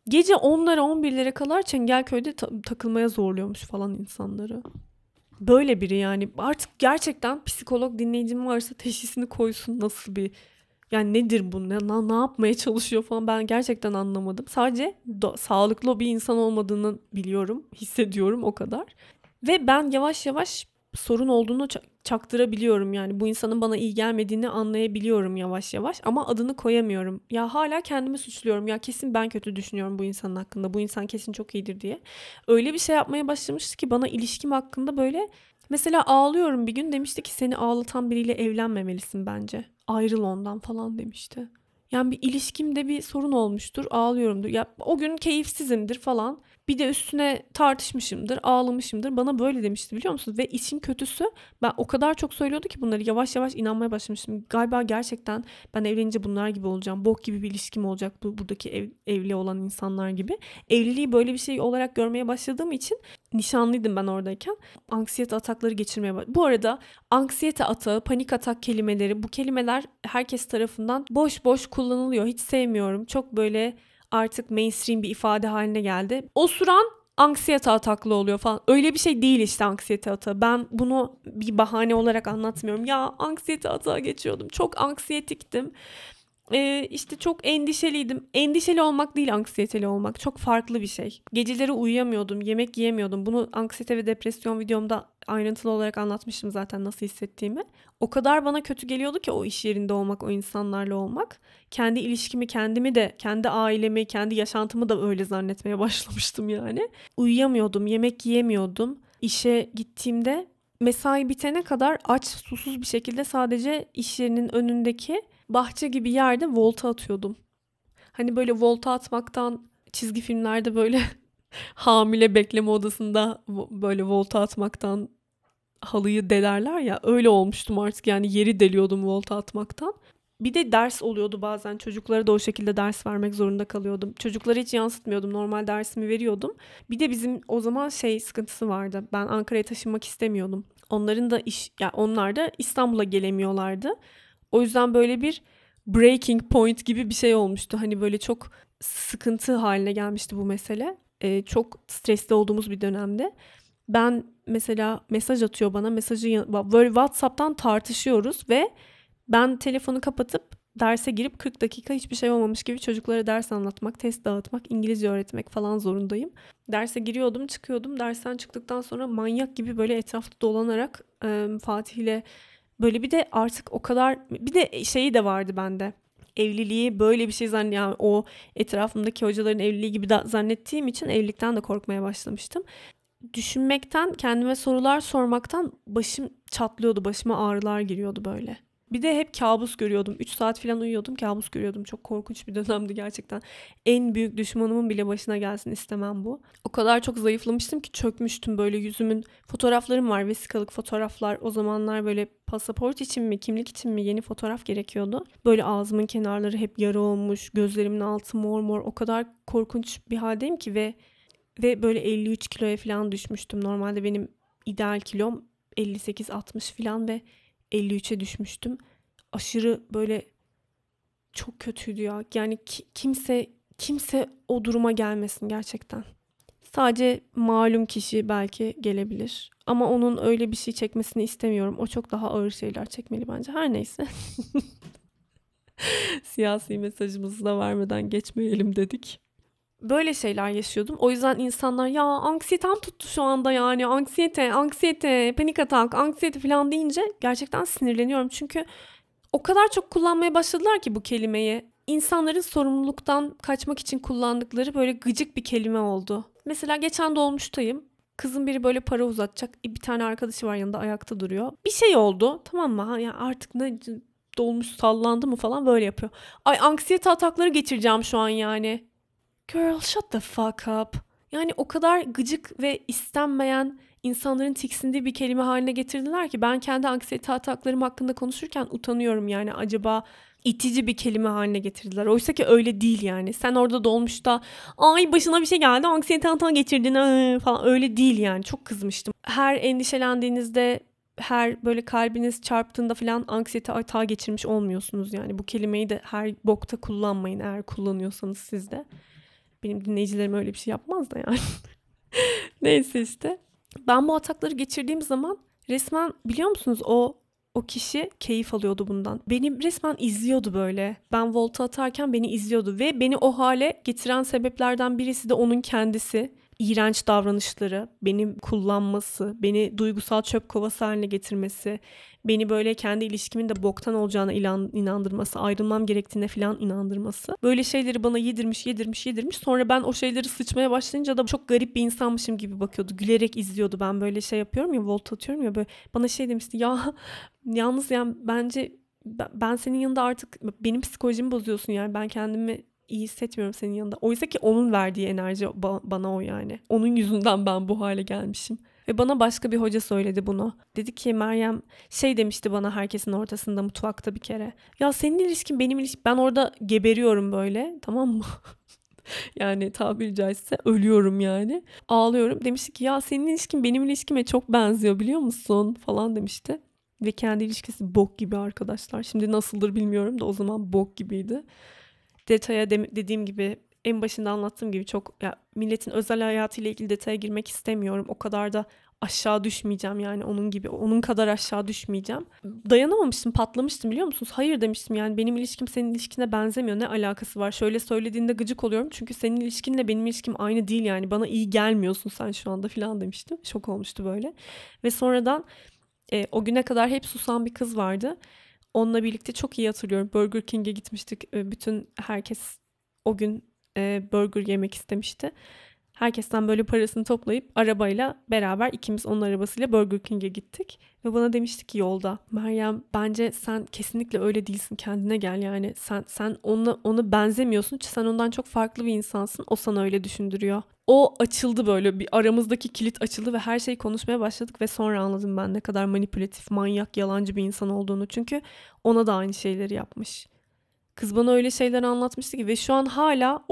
Gece 10'lara 11'lere kadar Çengelköy'de takılmaya zorluyormuş falan insanları. Böyle biri yani. Artık gerçekten psikolog dinleyicim varsa teşhisini koysun, nasıl bir, yani nedir bu, ne yapmaya çalışıyor falan, ben gerçekten anlamadım. Sadece sağlıklı bir insan olmadığını biliyorum, hissediyorum, o kadar. Ve ben yavaş yavaş sorun olduğunu çaktırabiliyorum, yani bu insanın bana iyi gelmediğini anlayabiliyorum yavaş yavaş, ama adını koyamıyorum. Ya hala kendimi suçluyorum, ya kesin ben kötü düşünüyorum bu insanın hakkında, bu insan kesin çok iyidir diye. Öyle bir şey yapmaya başlamıştı ki bana ilişkim hakkında, böyle mesela ağlıyorum bir gün, demişti ki seni ağlatan biriyle evlenmemelisin bence, ayrıl ondan falan demişti. Yani bir ilişkimde bir sorun olmuştur, ağlıyorumdur. Ya o gün keyifsizimdir falan. Bir de üstüne tartışmışımdır, ağlamışımdır. Bana böyle demişti, biliyor musunuz? Ve işin kötüsü, ben o kadar çok söylüyordu ki bunları, yavaş yavaş inanmaya başlamıştım. Galiba gerçekten ben evlenince bunlar gibi olacağım. Bok gibi bir ilişkim olacak buradaki evli olan insanlar gibi. Evliliği böyle bir şey olarak görmeye başladığım için, nişanlıydım ben oradayken, anksiyete atakları geçirmeye başladım. Bu arada anksiyete atağı, panik atak kelimeleri, bu kelimeler herkes tarafından boş boş kullanılıyor. Hiç sevmiyorum. Çok böyle artık mainstream bir ifade haline geldi. Osuran anksiyete ataklı oluyor falan. Öyle bir şey değil işte anksiyete atağı. Ben bunu bir bahane olarak anlatmıyorum. Ya anksiyete atağı geçiyordum. Çok anksiyetiktim. İşte çok endişeliydim. Endişeli olmak değil, anksiyeteli olmak. Çok farklı bir şey. Geceleri uyuyamıyordum, yemek yiyemiyordum. Bunu anksiyete ve depresyon videomda ayrıntılı olarak anlatmıştım zaten, nasıl hissettiğimi. O kadar bana kötü geliyordu ki o iş yerinde olmak, o insanlarla olmak. Kendi ilişkimi, kendimi de, kendi ailemi, kendi yaşantımı da öyle zannetmeye başlamıştım yani. Uyuyamıyordum, yemek yiyemiyordum. İşe gittiğimde mesai bitene kadar aç, susuz bir şekilde sadece iş yerinin önündeki bahçe gibi yerde volta atıyordum. Hani böyle volta atmaktan, çizgi filmlerde böyle hamile bekleme odasında böyle volta atmaktan halıyı delerler ya, öyle olmuştum artık, yani yeri deliyordum volta atmaktan. Bir de ders oluyordu bazen, çocuklara da o şekilde ders vermek zorunda kalıyordum. Çocuklara hiç yansıtmıyordum, normal dersimi veriyordum. Bir de bizim o zaman sıkıntısı vardı, ben Ankara'ya taşınmak istemiyordum. Onların da yani onlar da İstanbul'a gelemiyorlardı. O yüzden böyle bir breaking point gibi bir şey olmuştu. Hani böyle çok sıkıntı haline gelmişti bu mesele. Çok stresli olduğumuz bir dönemde. Ben mesela mesaj atıyor bana. Böyle WhatsApp'tan tartışıyoruz ve ben telefonu kapatıp derse girip 40 dakika hiçbir şey olmamış gibi çocuklara ders anlatmak, test dağıtmak, İngilizce öğretmek falan zorundayım. Derse giriyordum, çıkıyordum. Dersten çıktıktan sonra manyak gibi böyle etrafta dolanarak Fatih ile böyle, bir de artık o kadar, bir de şeyi de vardı bende. Evliliği böyle bir şey yani o etrafımdaki hocaların evliliği gibi zannettiğim için evlilikten de korkmaya başlamıştım. Düşünmekten, kendime sorular sormaktan başım çatlıyordu, başıma ağrılar giriyordu böyle. Bir de hep kabus görüyordum. 3 saat falan uyuyordum, kabus görüyordum. Çok korkunç bir dönemdi gerçekten. En büyük düşmanımın bile başına gelsin istemem bu. O kadar çok zayıflamıştım ki çökmüştüm böyle, yüzümün fotoğraflarım var, vesikalık fotoğraflar. O zamanlar böyle pasaport için mi, kimlik için mi yeni fotoğraf gerekiyordu. Böyle ağzımın kenarları hep yara olmuş, gözlerimin altı mor mor. O kadar korkunç bir haldeyim ki ve böyle 53 kiloya falan düşmüştüm. Normalde benim ideal kilom 58-60 falan ve 53'e düşmüştüm. Aşırı böyle çok kötüydü ya. Yani kimse o duruma gelmesin gerçekten. Sadece malum kişi belki gelebilir. Ama onun öyle bir şey çekmesini istemiyorum. O çok daha ağır şeyler çekmeli bence. Her neyse. Siyasi mesajımızı da vermeden geçmeyelim dedik. Böyle şeyler yaşıyordum. O yüzden insanlar ya anksiyetem tuttu şu anda, yani anksiyete, panik atak, anksiyete falan deyince gerçekten sinirleniyorum. Çünkü o kadar çok kullanmaya başladılar ki bu kelimeyi. İnsanların sorumluluktan kaçmak için kullandıkları böyle gıcık bir kelime oldu. Mesela geçen dolmuştayım. Kızın biri böyle para uzatacak. Bir tane arkadaşı var yanında, ayakta duruyor. Bir şey oldu, tamam mı? Ya artık ne, dolmuş sallandı mı falan, böyle yapıyor. Ay anksiyete atakları geçireceğim şu an yani. Girl, shut the fuck up. Yani o kadar gıcık ve istenmeyen, insanların tiksindiği bir kelime haline getirdiler ki ben kendi anksiyete ataklarım hakkında konuşurken utanıyorum yani. Acaba itici bir kelime haline getirdiler. Oysa ki öyle değil yani. Sen orada dolmuşta ay başına bir şey geldi, anksiyete atağı geçirdin falan, öyle değil yani. Çok kızmıştım. Her endişelendiğinizde, her böyle kalbiniz çarptığında falan anksiyete atağı geçirmiş olmuyorsunuz yani. Bu kelimeyi de her bokta kullanmayın eğer kullanıyorsanız siz de. Benim dinleyicilerim öyle bir şey yapmaz da yani. Neyse işte. Ben bu atakları geçirdiğim zaman resmen biliyor musunuz o kişi keyif alıyordu bundan. Beni resmen izliyordu böyle. Ben volta atarken beni izliyordu ve beni o hale getiren sebeplerden birisi de onun kendisi. İğrenç davranışları, beni kullanması, beni duygusal çöp kovası haline getirmesi, beni böyle kendi ilişkimin de boktan olacağına inandırması, ayrılmam gerektiğine falan inandırması. Böyle şeyleri bana yedirmiş. Sonra ben o şeyleri sıçmaya başlayınca da çok garip bir insanmışım gibi bakıyordu. Gülerek izliyordu. Ben böyle şey yapıyorum ya, volt atıyorum ya, böyle bana şey demişti ya, yalnız yani bence ben senin yanında artık benim psikolojimi bozuyorsun, yani ben kendimi iyi hissetmiyorum senin yanında. Oysa ki onun verdiği enerji bana o yani. Onun yüzünden ben bu hale gelmişim. Ve bana başka bir hoca söyledi bunu. Dedi ki Meryem, şey demişti bana herkesin ortasında mutfakta bir kere. Ya senin ilişkin benim ilişkim. Ben orada geberiyorum böyle, tamam mı? Yani tabiri caizse ölüyorum yani. Ağlıyorum. Demişti ki ya senin ilişkin benim ilişkime çok benziyor biliyor musun? Falan demişti. Ve kendi ilişkisi bok gibi arkadaşlar. Şimdi nasıldır bilmiyorum da o zaman bok gibiydi. Detaya dediğim gibi, en başında anlattığım gibi çok ya, milletin özel hayatıyla ilgili detaya girmek istemiyorum. O kadar da aşağı düşmeyeceğim yani, onun gibi, onun kadar aşağı düşmeyeceğim. Dayanamamıştım, patlamıştım biliyor musunuz? Hayır demiştim, yani benim ilişkim senin ilişkine benzemiyor. Ne alakası var? Şöyle söylediğinde gıcık oluyorum. Çünkü senin ilişkinle benim ilişkim aynı değil yani. Bana iyi gelmiyorsun sen şu anda falan demiştim. Şok olmuştu böyle. Ve sonradan o güne kadar hep susan bir kız vardı. Onunla birlikte çok iyi hatırlıyorum. Burger King'e gitmiştik. Bütün herkes o gün burger yemek istemişti. Herkesten böyle parasını toplayıp arabayla beraber ikimiz onun arabasıyla Burger King'e gittik. Ve bana demişti ki yolda, Meryem bence sen kesinlikle öyle değilsin, kendine gel yani. Sen ona benzemiyorsun. Sen ondan çok farklı bir insansın. O sana öyle düşündürüyor. O açıldı, böyle bir aramızdaki kilit açıldı ve her şeyi konuşmaya başladık ve sonra anladım ben ne kadar manipülatif, manyak, yalancı bir insan olduğunu. Çünkü ona da aynı şeyleri yapmış. Kız bana öyle şeyler anlatmıştı ki ve şu an hala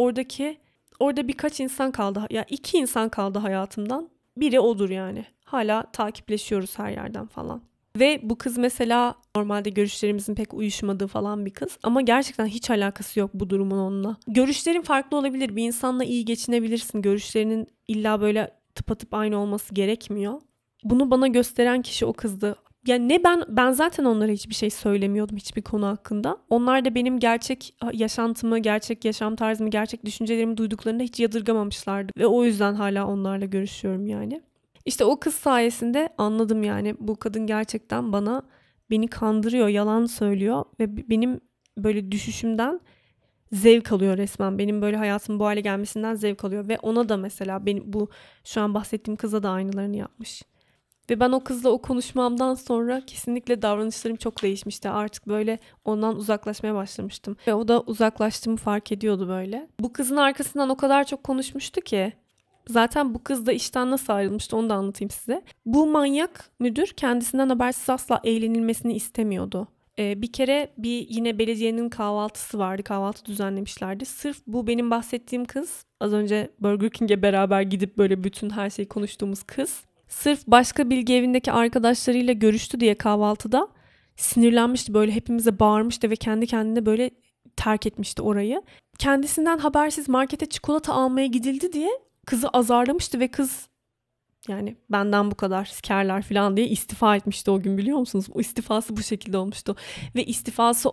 orada birkaç insan kaldı. Ya 2 insan kaldı hayatımdan. Biri odur yani. Hala takipleşiyoruz her yerden falan. Ve bu kız mesela normalde görüşlerimizin pek uyuşmadığı falan bir kız. Ama gerçekten hiç alakası yok bu durumun onunla. Görüşlerin farklı olabilir. Bir insanla iyi geçinebilirsin. Görüşlerinin illa böyle tıpatıp aynı olması gerekmiyor. Bunu bana gösteren kişi o kızdı. Yani ne ben zaten onlara hiçbir şey söylemiyordum hiçbir konu hakkında. Onlar da benim gerçek yaşantımı, gerçek yaşam tarzımı, gerçek düşüncelerimi duyduklarında hiç yadırgamamışlardı. Ve o yüzden hala onlarla görüşüyorum yani. İşte o kız sayesinde anladım yani, bu kadın gerçekten beni kandırıyor, yalan söylüyor ve benim böyle düşüşümden zevk alıyor resmen. Benim böyle hayatımın bu hale gelmesinden zevk alıyor ve ona da mesela benim bu şu an bahsettiğim kıza da aynılarını yapmış. Ve ben o kızla o konuşmamdan sonra kesinlikle davranışlarım çok değişmişti. Artık böyle ondan uzaklaşmaya başlamıştım. Ve o da uzaklaştığımı fark ediyordu böyle. Bu kızın arkasından o kadar çok konuşmuştu ki. Zaten bu kız da işten nasıl ayrılmıştı onu da anlatayım size. Bu manyak müdür kendisinden habersiz asla eğlenilmesini istemiyordu. Bir kere yine belediyenin kahvaltısı vardı. Kahvaltı düzenlemişlerdi. Sırf bu benim bahsettiğim kız, az önce Burger King'e beraber gidip böyle bütün her şeyi konuştuğumuz kız, sırf başka bilgi evindeki arkadaşlarıyla görüştü diye kahvaltıda sinirlenmişti. Böyle hepimize bağırmıştı ve kendi kendine böyle terk etmişti orayı. Kendisinden habersiz markete çikolata almaya gidildi diye kızı azarlamıştı ve kız yani benden bu kadar sikerler falan diye istifa etmişti o gün, biliyor musunuz? O istifası bu şekilde olmuştu. Ve istifası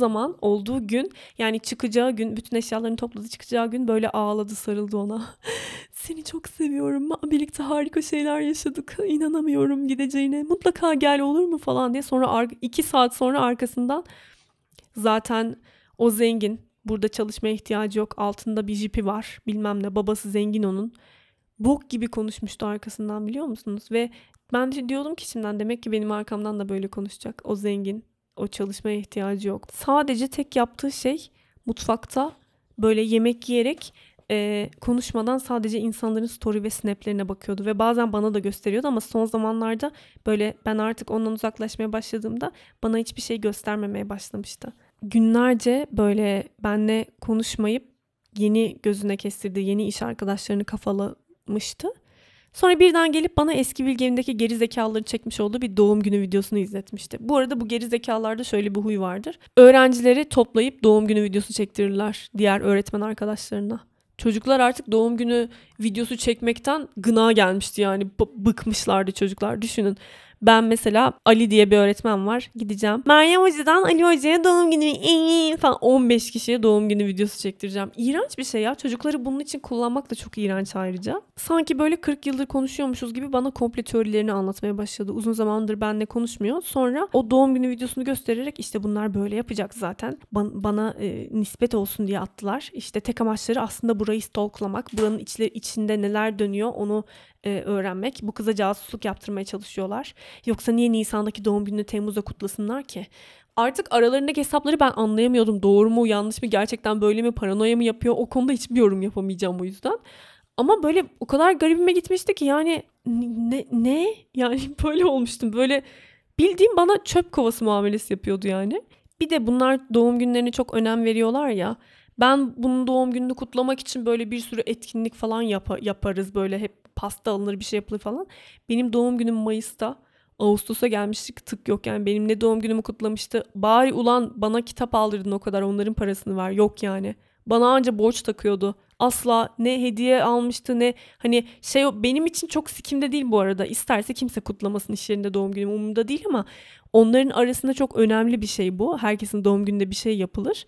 olduğu gün yani çıkacağı gün, bütün eşyalarını topladı çıkacağı gün böyle ağladı, sarıldı ona. Seni çok seviyorum. Birlikte harika şeyler yaşadık. İnanamıyorum gideceğine. Mutlaka gel olur mu falan diye. Sonra 2 saat sonra arkasından zaten o zengin. Burada çalışmaya ihtiyacı yok. Altında bir jipi var. Bilmem ne. Babası zengin onun. Bok gibi konuşmuştu arkasından, biliyor musunuz? Ve ben de diyordum ki içimden, demek ki benim arkamdan da böyle konuşacak. O zengin. O çalışmaya ihtiyacı yok. Sadece tek yaptığı şey mutfakta böyle yemek yiyerek konuşmadan sadece insanların story ve snaplerine bakıyordu ve bazen bana da gösteriyordu ama son zamanlarda böyle ben artık ondan uzaklaşmaya başladığımda bana hiçbir şey göstermemeye başlamıştı. Günlerce böyle benle konuşmayıp yeni gözüne kestirdiği yeni iş arkadaşlarını kafalamıştı. Sonra birden gelip bana eski bilgi evindeki geri zekalıları çekmiş olduğu bir doğum günü videosunu izletmişti. Bu arada bu geri zekalarda şöyle bir huy vardır. Öğrencileri toplayıp doğum günü videosu çektirirler diğer öğretmen arkadaşlarına. Çocuklar artık doğum günü videosu çekmekten gına gelmişti yani. Bıkmışlardı çocuklar. Düşünün. Ben mesela Ali diye bir öğretmen var. Gideceğim. Meryem Hoca'dan Ali Hoca'ya doğum günü falan 15 kişiye doğum günü videosu çektireceğim. İğrenç bir şey ya. Çocukları bunun için kullanmak da çok iğrenç ayrıca. Sanki böyle 40 yıldır konuşuyormuşuz gibi bana komple teorilerini anlatmaya başladı. Uzun zamandır benimle konuşmuyor. Sonra o doğum günü videosunu göstererek işte bunlar böyle yapacak zaten. Bana nispet olsun diye attılar. İşte tek amaçları aslında burayı stalklamak. Buranın içinde neler dönüyor onu öğrenmek. Bu kıza casusluk yaptırmaya çalışıyorlar. Yoksa niye Nisan'daki doğum gününü Temmuz'da kutlasınlar ki? Artık aralarındaki hesapları ben anlayamıyordum. Doğru mu, yanlış mı, gerçekten böyle mi, paranoya mı yapıyor? O konuda hiçbir yorum yapamayacağım o yüzden. Ama böyle o kadar garibime gitmişti ki yani ne? Yani böyle olmuştum. Böyle bildiğim bana çöp kovası muamelesi yapıyordu yani. Bir de bunlar doğum günlerine çok önem veriyorlar ya. Ben bunun doğum gününü kutlamak için böyle bir sürü etkinlik falan yaparız. Böyle hep pasta alınır, bir şey yapılır falan. Benim doğum günüm Mayıs'ta. Ağustos'a gelmiştik, tık yok yani. Benim ne doğum günümü kutlamıştı. Bari ulan bana kitap aldırdın, o kadar onların parasını ver. Yok yani. Bana anca borç takıyordu. Asla ne hediye almıştı ne hani benim için çok sikimde değil bu arada. İsterse kimse kutlamasın iş yerinde doğum günüm, umurumda değil ama onların arasında çok önemli bir şey bu. Herkesin doğum gününde bir şey yapılır.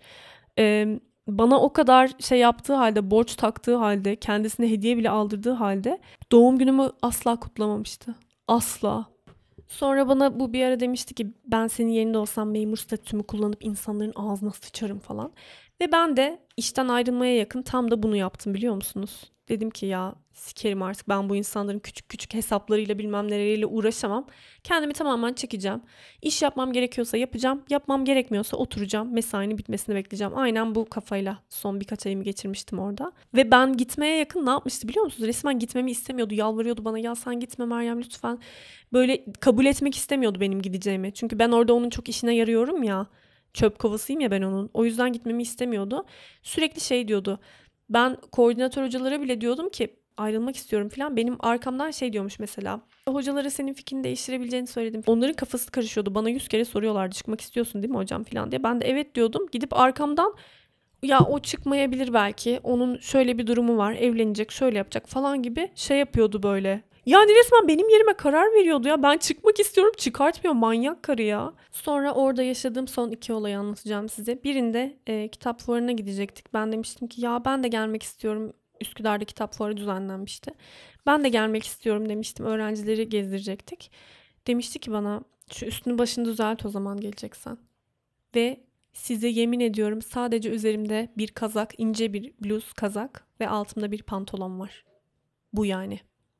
Bana o kadar şey yaptığı halde, borç taktığı halde, kendisine hediye bile aldırdığı halde doğum günümü asla kutlamamıştı. Asla. Sonra bana bu bir ara demişti ki ben senin yerinde olsam memur statümü kullanıp insanların ağzına sıçarım falan. Ve ben de işten ayrılmaya yakın tam da bunu yaptım, biliyor musunuz? Dedim ki ya sikerim artık, ben bu insanların küçük küçük hesaplarıyla bilmem neleriyle uğraşamam. Kendimi tamamen çekeceğim. İş yapmam gerekiyorsa yapacağım. Yapmam gerekmiyorsa oturacağım. Mesainin bitmesini bekleyeceğim. Aynen bu kafayla son birkaç ayımı geçirmiştim orada. Ve ben gitmeye yakın ne yapmıştı biliyor musunuz? Resmen gitmemi istemiyordu. Yalvarıyordu bana, ya sen gitme Meryem lütfen. Böyle kabul etmek istemiyordu benim gideceğimi. Çünkü ben orada onun çok işine yarıyorum ya. Çöp kovasıyım ya ben onun. O yüzden gitmemi istemiyordu. Sürekli şey diyordu. Ben koordinatör hocalara bile diyordum ki ayrılmak istiyorum falan. Benim arkamdan şey diyormuş mesela. Hocalara senin fikrini değiştirebileceğini söyledim. Onların kafası karışıyordu. Bana 100 kere soruyorlardı, çıkmak istiyorsun değil mi hocam falan diye. Ben de evet diyordum. Gidip arkamdan ya o çıkmayabilir belki. Onun şöyle bir durumu var. Evlenecek, şöyle yapacak falan gibi şey yapıyordu böyle. Yani resmen benim yerime karar veriyordu ya. Ben çıkmak istiyorum, çıkartmıyor, manyak karı ya. Sonra orada yaşadığım son 2 olayı anlatacağım size. Birinde kitap fuarına gidecektik. Ben demiştim ki ya ben de gelmek istiyorum. Üsküdar'da kitap fuarı düzenlenmişti. Ben de gelmek istiyorum demiştim. Öğrencileri gezdirecektik. Demişti ki bana şu üstünü başını düzelt o zaman geleceksen. Ve size yemin ediyorum sadece üzerimde bir kazak, ince bir bluz kazak ve altımda bir pantolon var. Bu yani.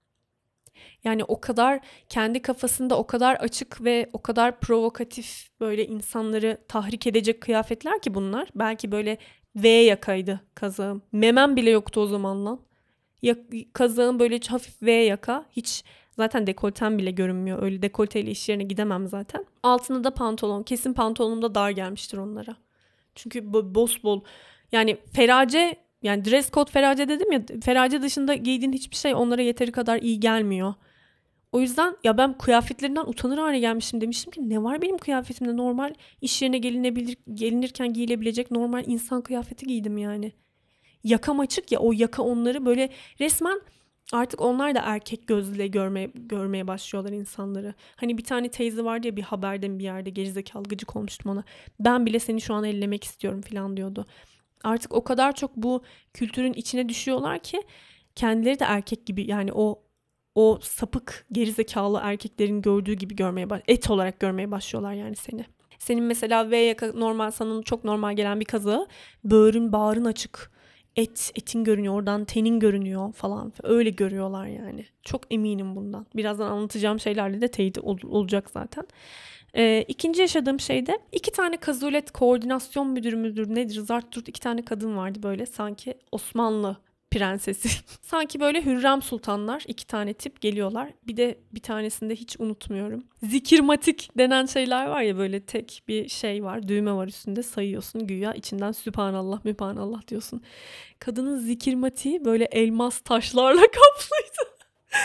Yani o kadar kendi kafasında o kadar açık ve o kadar provokatif, böyle insanları tahrik edecek kıyafetler ki bunlar. Belki böyle V yakaydı kazağım. Memem bile yoktu o zaman lan. Kazağım böyle hafif V yaka. Hiç zaten dekoltem bile görünmüyor. Öyle dekolteyle iş yerine gidemem zaten. Altında da pantolon. Kesin pantolonum da dar gelmiştir onlara. Çünkü bol yani ferace, yani dress code ferace dedim ya, ferace dışında giydiğin hiçbir şey onlara yeteri kadar iyi gelmiyor. O yüzden ya ben kıyafetlerinden utanır hale gelmişim, demiştim ki ne var benim kıyafetimde, normal iş yerine gelinirken giyilebilecek normal insan kıyafeti giydim yani. Yakam açık ya, o yaka onları böyle resmen artık onlar da erkek gözüyle görmeye başlıyorlar insanları. Hani bir tane teyze vardı ya bir haberde mi bir yerde, gerizekalı, gıcık olmuştum ona. Ben bile seni şu an ellemek istiyorum falan diyordu. Artık o kadar çok bu kültürün içine düşüyorlar ki kendileri de erkek gibi, yani o sapık gerizekalı erkeklerin gördüğü gibi et olarak görmeye başlıyorlar yani seni. Senin mesela V yaka normal, sana çok normal gelen bir kazağı bağrın açık. Etin görünüyor, oradan tenin görünüyor falan. Öyle görüyorlar yani. Çok eminim bundan. Birazdan anlatacağım şeylerle de teyit olacak zaten. İkinci yaşadığım şeyde 2 tane kazulet koordinasyon müdürü müdür nedir zart turt 2 tane kadın vardı böyle, sanki Osmanlı prensesi. Sanki böyle Hürrem Sultanlar, 2 tane tip geliyorlar. Bir de bir tanesinde hiç unutmuyorum. Zikirmatik denen şeyler var ya, böyle tek bir şey var. Düğme var üstünde, sayıyorsun güya, içinden Sübhanallah Mübhanallah diyorsun. Kadının zikirmatiği böyle elmas taşlarla kaplıydı.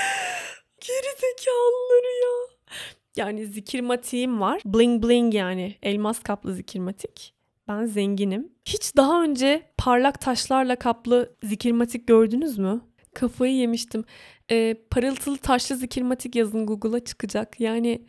Gerizekalıları ya. Yani zikirmatiğim var. Bling bling yani. Elmas kaplı zikirmatik. Ben zenginim. Hiç daha önce parlak taşlarla kaplı zikirmatik gördünüz mü? Kafayı yemiştim. Parıltılı taşlı zikirmatik yazın, Google'a çıkacak. Yani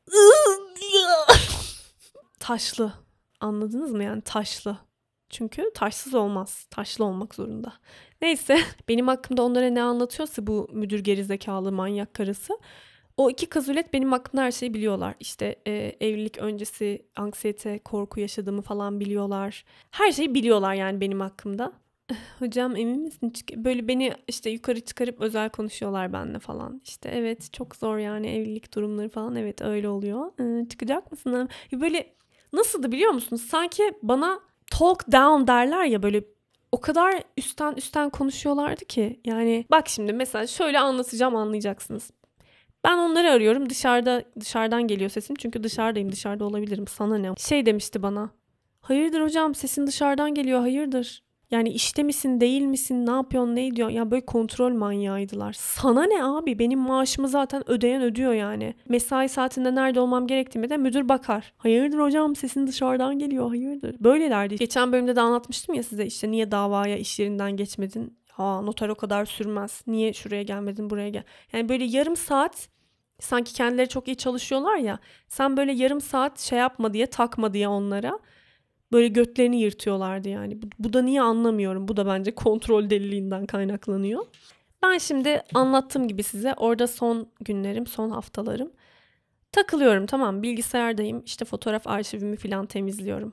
taşlı. Anladınız mı yani, taşlı. Çünkü taşsız olmaz. Taşlı olmak zorunda. Neyse, benim hakkımda onlara ne anlatıyorsa bu müdür gerizekalı manyak karısı. O iki kazulet benim hakkımda her şeyi biliyorlar. İşte evlilik öncesi anksiyete, korku yaşadığımı falan biliyorlar. Her şeyi biliyorlar yani benim hakkımda. Hocam emin misin? Böyle beni işte yukarı çıkarıp özel konuşuyorlar benimle falan. İşte evet, çok zor yani evlilik durumları falan. Evet, öyle oluyor. Çıkacak mısın? Böyle nasıldı biliyor musunuz? Sanki bana talk down derler ya, böyle o kadar üstten konuşuyorlardı ki. Yani bak şimdi mesela şöyle anlatacağım, anlayacaksınız. Ben onları arıyorum. Dışarıdan geliyor sesim. Çünkü dışarıdayım. Dışarıda olabilirim. Sana ne? Şey demişti bana. Hayırdır hocam, sesin dışarıdan geliyor. Hayırdır? Yani işte misin, değil misin, ne yapıyorsun, ne ediyorsun? Ya böyle kontrol manyağıydılar. Sana ne abi? Benim maaşımı zaten ödeyen ödüyor yani. Mesai saatinde nerede olmam gerektiğime de müdür bakar. Hayırdır hocam, sesin dışarıdan geliyor. Hayırdır? Böylelerdi. Geçen bölümde de anlatmıştım ya size, işte niye davaya iş yerinden geçmedin? Noter o kadar sürmez. Niye şuraya gelmedin, buraya gel. Yani böyle yarım saat, sanki kendileri çok iyi çalışıyorlar ya. Sen böyle yarım saat şey yapma diye, takma diye onlara. Böyle götlerini yırtıyorlardı yani. Bu da niye anlamıyorum. Bu da bence kontrol deliliğinden kaynaklanıyor. Ben şimdi anlattığım gibi size orada son günlerim, son haftalarım. Takılıyorum, tamam, bilgisayardayım. İşte fotoğraf arşivimi falan temizliyorum.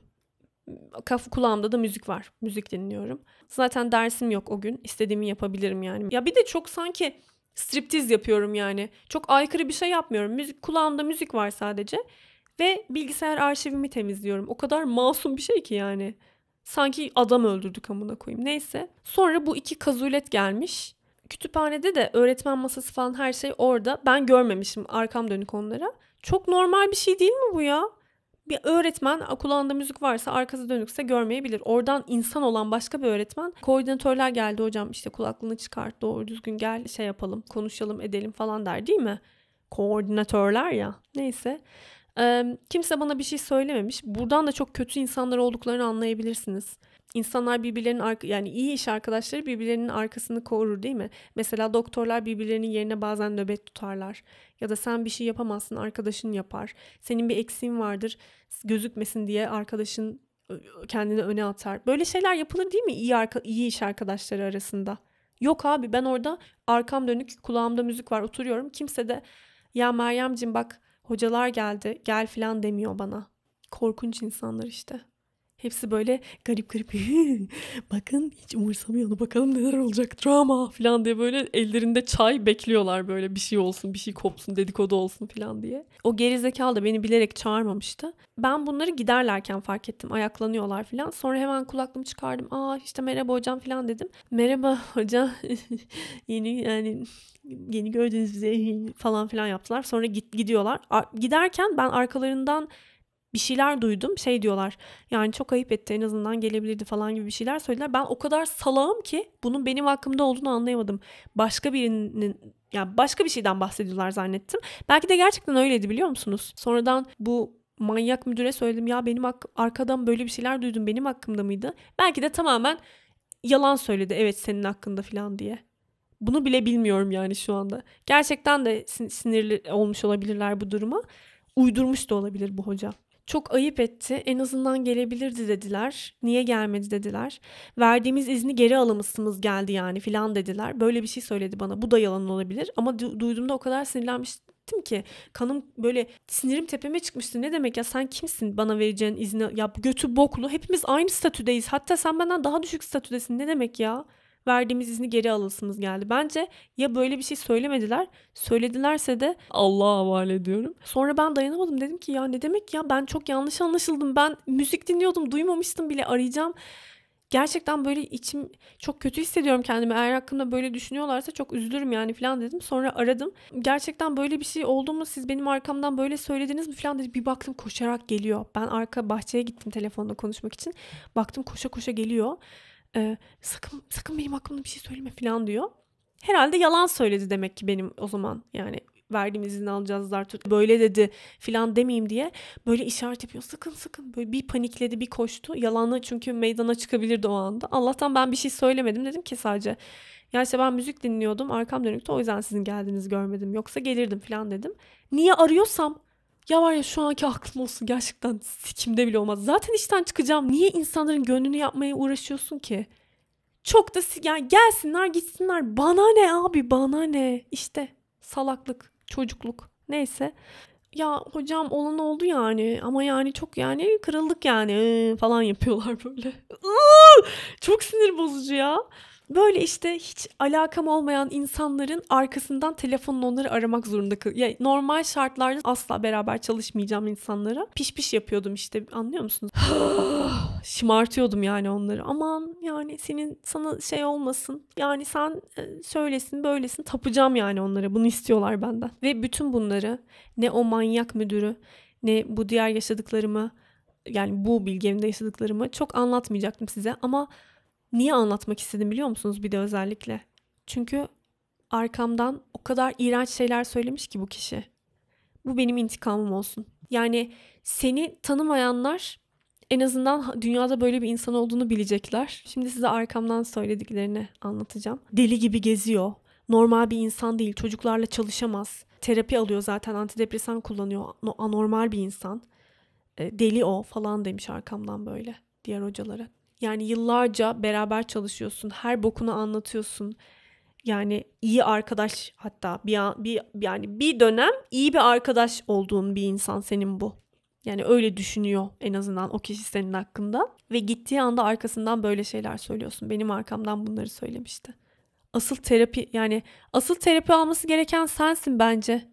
Kulağımda da müzik var. Müzik dinliyorum. Zaten dersim yok o gün. İstediğimi yapabilirim yani. Ya bir de çok sanki striptiz yapıyorum yani. Çok aykırı bir şey yapmıyorum. Kulağımda müzik var sadece. Ve bilgisayar arşivimi temizliyorum. O kadar masum bir şey ki yani. Sanki adam öldürdük amına koyayım. Neyse. Sonra bu iki kazulet gelmiş. Kütüphanede de öğretmen masası falan, her şey orada. Ben görmemişim, arkam dönük onlara. Çok normal bir şey değil mi bu ya? Bir öğretmen kulağında müzik varsa, arkası dönükse görmeyebilir. Oradan insan olan başka bir öğretmen, koordinatörler geldi hocam, işte kulaklığını çıkart, doğru düzgün gel, şey yapalım, konuşalım edelim falan der değil mi? Koordinatörler ya. Neyse. Kimse bana bir şey söylememiş. Buradan da çok kötü insanlar olduklarını anlayabilirsiniz. İnsanlar birbirlerinin yani iyi iş arkadaşları birbirlerinin arkasını korur değil mi? Mesela doktorlar birbirlerinin yerine bazen nöbet tutarlar. Ya da sen bir şey yapamazsın, arkadaşın yapar. Senin bir eksiğin vardır, gözükmesin diye arkadaşın kendini öne atar. Böyle şeyler yapılır değil mi iyi iş arkadaşları arasında? Yok abi, ben orada arkam dönük, kulağımda müzik var, oturuyorum. Kimse de ya Meryemciğim bak hocalar geldi, gel falan demiyor bana. Korkunç insanlar işte. Hepsi böyle garip garip. Bakın hiç umursamıyor onu, bakalım neler olacak, drama falan diye böyle ellerinde çay bekliyorlar, böyle bir şey olsun, bir şey kopsun, dedikodu olsun falan diye. O gerizekalı da beni bilerek çağırmamıştı. Ben bunları giderlerken fark ettim, ayaklanıyorlar falan. Sonra hemen kulaklığımı çıkardım. İşte merhaba hocam falan dedim. Merhaba hocam. Yeni gördüğünüz bize falan filan yaptılar. Sonra gidiyorlar. Giderken ben arkalarından bir şeyler duydum. Şey diyorlar. Yani çok ayıp etti, en azından gelebilirdi falan gibi bir şeyler söylediler. Ben o kadar salağım ki bunun benim hakkımda olduğunu anlayamadım. Başka bir şeyden bahsediyorlar zannettim. Belki de gerçekten öyleydi, biliyor musunuz? Sonradan bu manyak müdüre söyledim. Ya benim arkadan böyle bir şeyler duydum, benim hakkımda mıydı? Belki de tamamen yalan söyledi. Evet, senin hakkında falan diye. Bunu bile bilmiyorum yani şu anda. Gerçekten de sinirli olmuş olabilirler bu duruma. Uydurmuş da olabilir bu hoca. Çok ayıp etti. En azından gelebilirdi dediler. Niye gelmedi dediler. Verdiğimiz izni geri almışsınız, geldi yani filan dediler. Böyle bir şey söyledi bana. Bu da yalan olabilir. Ama duyduğumda o kadar sinirlenmiştim ki. Kanım böyle, sinirim tepeme çıkmıştı. Ne demek ya, sen kimsin bana vereceğin izni? Ya götü boklu. Hepimiz aynı statüdeyiz. Hatta sen benden daha düşük statüdesin. Ne demek ya? Verdiğimiz izni geri alasınız geldi. Bence ya böyle bir şey söylemediler. Söyledilerse de Allah'a havale ediyorum. Sonra ben dayanamadım. Dedim ki ya ne demek ya, ben çok yanlış anlaşıldım. Ben müzik dinliyordum, duymamıştım bile, arayacağım. Gerçekten böyle içim çok kötü hissediyorum kendimi. Eğer hakkında böyle düşünüyorlarsa çok üzülürüm yani falan dedim. Sonra aradım. Gerçekten böyle bir şey oldu mu? Siz benim arkamdan böyle söylediniz mi falan dedi. Bir baktım koşarak geliyor. Ben arka bahçeye gittim telefonda konuşmak için. Baktım koşa koşa geliyor. Sakın benim hakkımda bir şey söyleme falan diyor. Herhalde yalan söyledi demek ki benim o zaman, yani verdiğim izni alacağız Zartürk böyle dedi filan demeyeyim diye böyle işaret yapıyor. Sakın sakın, böyle bir panikledi, bir koştu. Yalanla çünkü meydana çıkabilirdi o anda. Allah'tan ben bir şey söylemedim. Dedim ki sadece ya işte ben müzik dinliyordum, arkam dönüktü, o yüzden sizin geldiğinizi görmedim. Yoksa gelirdim filan dedim. Niye arıyorsam ya var ya şu anki aklım olsun gerçekten sikimde bile olmaz. Zaten işten çıkacağım. Niye insanların gönlünü yapmaya uğraşıyorsun ki? Çok da yani gelsinler gitsinler. Bana ne abi, bana ne? İşte salaklık, çocukluk. Neyse. Ya hocam olan oldu yani ama yani çok yani kırıldık yani falan yapıyorlar böyle. Çok sinir bozucu ya. Böyle işte hiç alakam olmayan insanların arkasından telefonla onları aramak zorunda ya normal şartlarda asla beraber çalışmayacağım insanlara piş piş yapıyordum işte, anlıyor musunuz? Şımartıyordum yani onları. Aman yani sana şey olmasın. Yani sen söylesin böylesin, tapacağım yani onlara. Bunu istiyorlar benden. Ve bütün bunları ne o manyak müdürü ne bu diğer yaşadıklarımı, yani bu bilgemde yaşadıklarımı çok anlatmayacaktım size ama niye anlatmak istedim biliyor musunuz bir de özellikle? Çünkü arkamdan o kadar iğrenç şeyler söylemiş ki bu kişi. Bu benim intikamım olsun. Yani seni tanımayanlar en azından dünyada böyle bir insan olduğunu bilecekler. Şimdi size arkamdan söylediklerini anlatacağım. Deli gibi geziyor. Normal bir insan değil. Çocuklarla çalışamaz. Terapi alıyor zaten. Antidepresan kullanıyor. Anormal bir insan. Deli o falan demiş arkamdan böyle diğer hocalara. Yani yıllarca beraber çalışıyorsun. Her bokunu anlatıyorsun. Yani iyi arkadaş, hatta yani bir dönem iyi bir arkadaş olduğun bir insan senin bu. Yani öyle düşünüyor en azından o kişi senin hakkında. Ve gittiği anda arkasından böyle şeyler söylüyorsun. Benim arkamdan bunları söylemişti. Asıl terapi alması gereken sensin bence.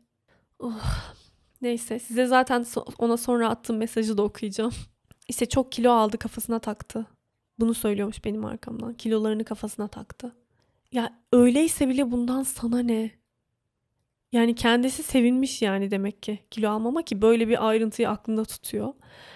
Neyse, size zaten ona sonra attığım mesajı da okuyacağım. İşte çok kilo aldı, kafasına taktı. Bunu söylüyormuş benim arkamdan. Kilolarını kafasına taktı. Ya öyleyse bile bundan sana ne? Yani kendisi sevinmiş yani demek ki kilo almama, ki böyle bir ayrıntıyı aklında tutuyor.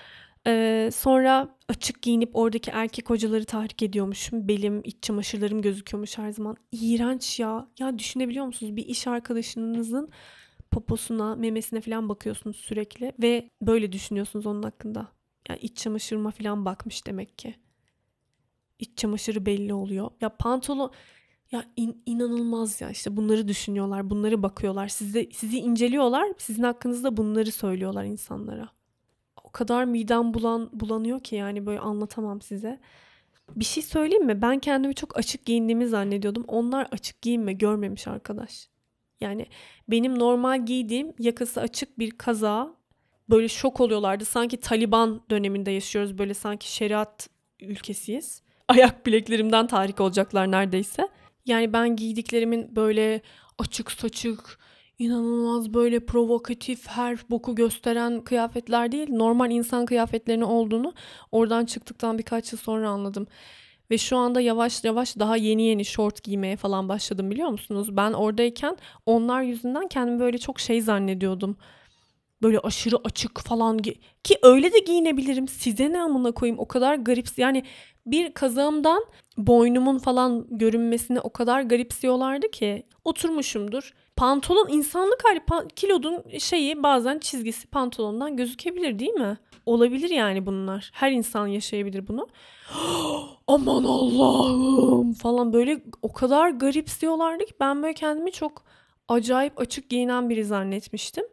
Sonra açık giyinip oradaki erkek hocaları tahrik ediyormuşum. Belim, iç çamaşırlarım gözüküyormuş her zaman. İğrenç ya. Ya düşünebiliyor musunuz? Bir iş arkadaşınızın poposuna, memesine falan bakıyorsunuz sürekli ve böyle düşünüyorsunuz onun hakkında. Yani iç çamaşırıma falan bakmış demek ki. İç çamaşırı belli oluyor. Ya pantolon, ya inanılmaz ya, işte bunları düşünüyorlar, bunları bakıyorlar. Sizi inceliyorlar, sizin hakkınızda bunları söylüyorlar insanlara. O kadar midem bulanıyor ki yani böyle anlatamam size. Bir şey söyleyeyim mi? Ben kendimi çok açık giyindiğimi zannediyordum. Onlar açık giyinme görmemiş arkadaş. Yani benim normal giydiğim yakası açık bir kazağa böyle şok oluyorlardı. Sanki Taliban döneminde yaşıyoruz. Böyle sanki şeriat ülkesiyiz. Ayak bileklerimden tahrik olacaklar neredeyse. Yani ben giydiklerimin böyle açık saçık, inanılmaz böyle provokatif, her boku gösteren kıyafetler değil, normal insan kıyafetlerinin olduğunu oradan çıktıktan birkaç yıl sonra anladım. Ve şu anda yavaş yavaş daha yeni şort giymeye falan başladım, biliyor musunuz? Ben oradayken onlar yüzünden kendimi böyle çok şey zannediyordum. Böyle aşırı açık falan ki öyle de giyinebilirim. Size ne amına koyayım, o kadar garip yani, bir kazağımdan boynumun falan görünmesini o kadar garipsiyorlardı ki oturmuşumdur. Pantolon insanlık hali, kilodun şeyi bazen çizgisi pantolondan gözükebilir değil mi? Olabilir yani bunlar. Her insan yaşayabilir bunu. Aman Allah'ım falan böyle o kadar garipsiyorlardı ki ben böyle kendimi çok acayip açık giyinen biri zannetmiştim.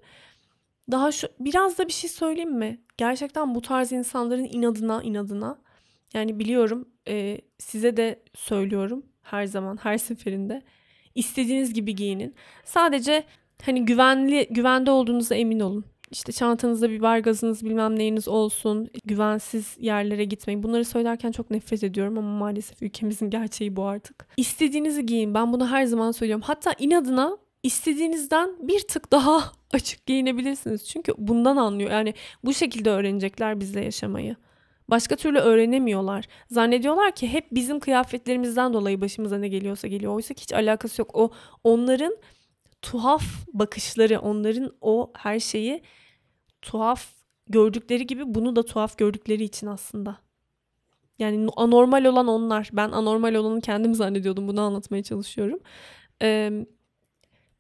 Biraz da bir şey söyleyeyim mi? Gerçekten bu tarz insanların inadına yani biliyorum, size de söylüyorum her zaman, her seferinde. İstediğiniz gibi giyinin. Sadece hani güvende olduğunuza emin olun. İşte çantanızda biber gazınız bilmem neyiniz olsun. Güvensiz yerlere gitmeyin. Bunları söylerken çok nefret ediyorum ama maalesef ülkemizin gerçeği bu artık. İstediğinizi giyin. Ben bunu her zaman söylüyorum. Hatta inadına istediğinizden bir tık daha açık giyinebilirsiniz. Çünkü bundan anlıyor. Yani bu şekilde öğrenecekler bizle yaşamayı. Başka türlü öğrenemiyorlar. Zannediyorlar ki hep bizim kıyafetlerimizden dolayı başımıza ne geliyorsa geliyor. Oysa ki hiç alakası yok. Onların tuhaf bakışları, onların o her şeyi tuhaf gördükleri gibi bunu da tuhaf gördükleri için aslında. Yani anormal olan onlar. Ben anormal olanı kendim zannediyordum. Bunu anlatmaya çalışıyorum.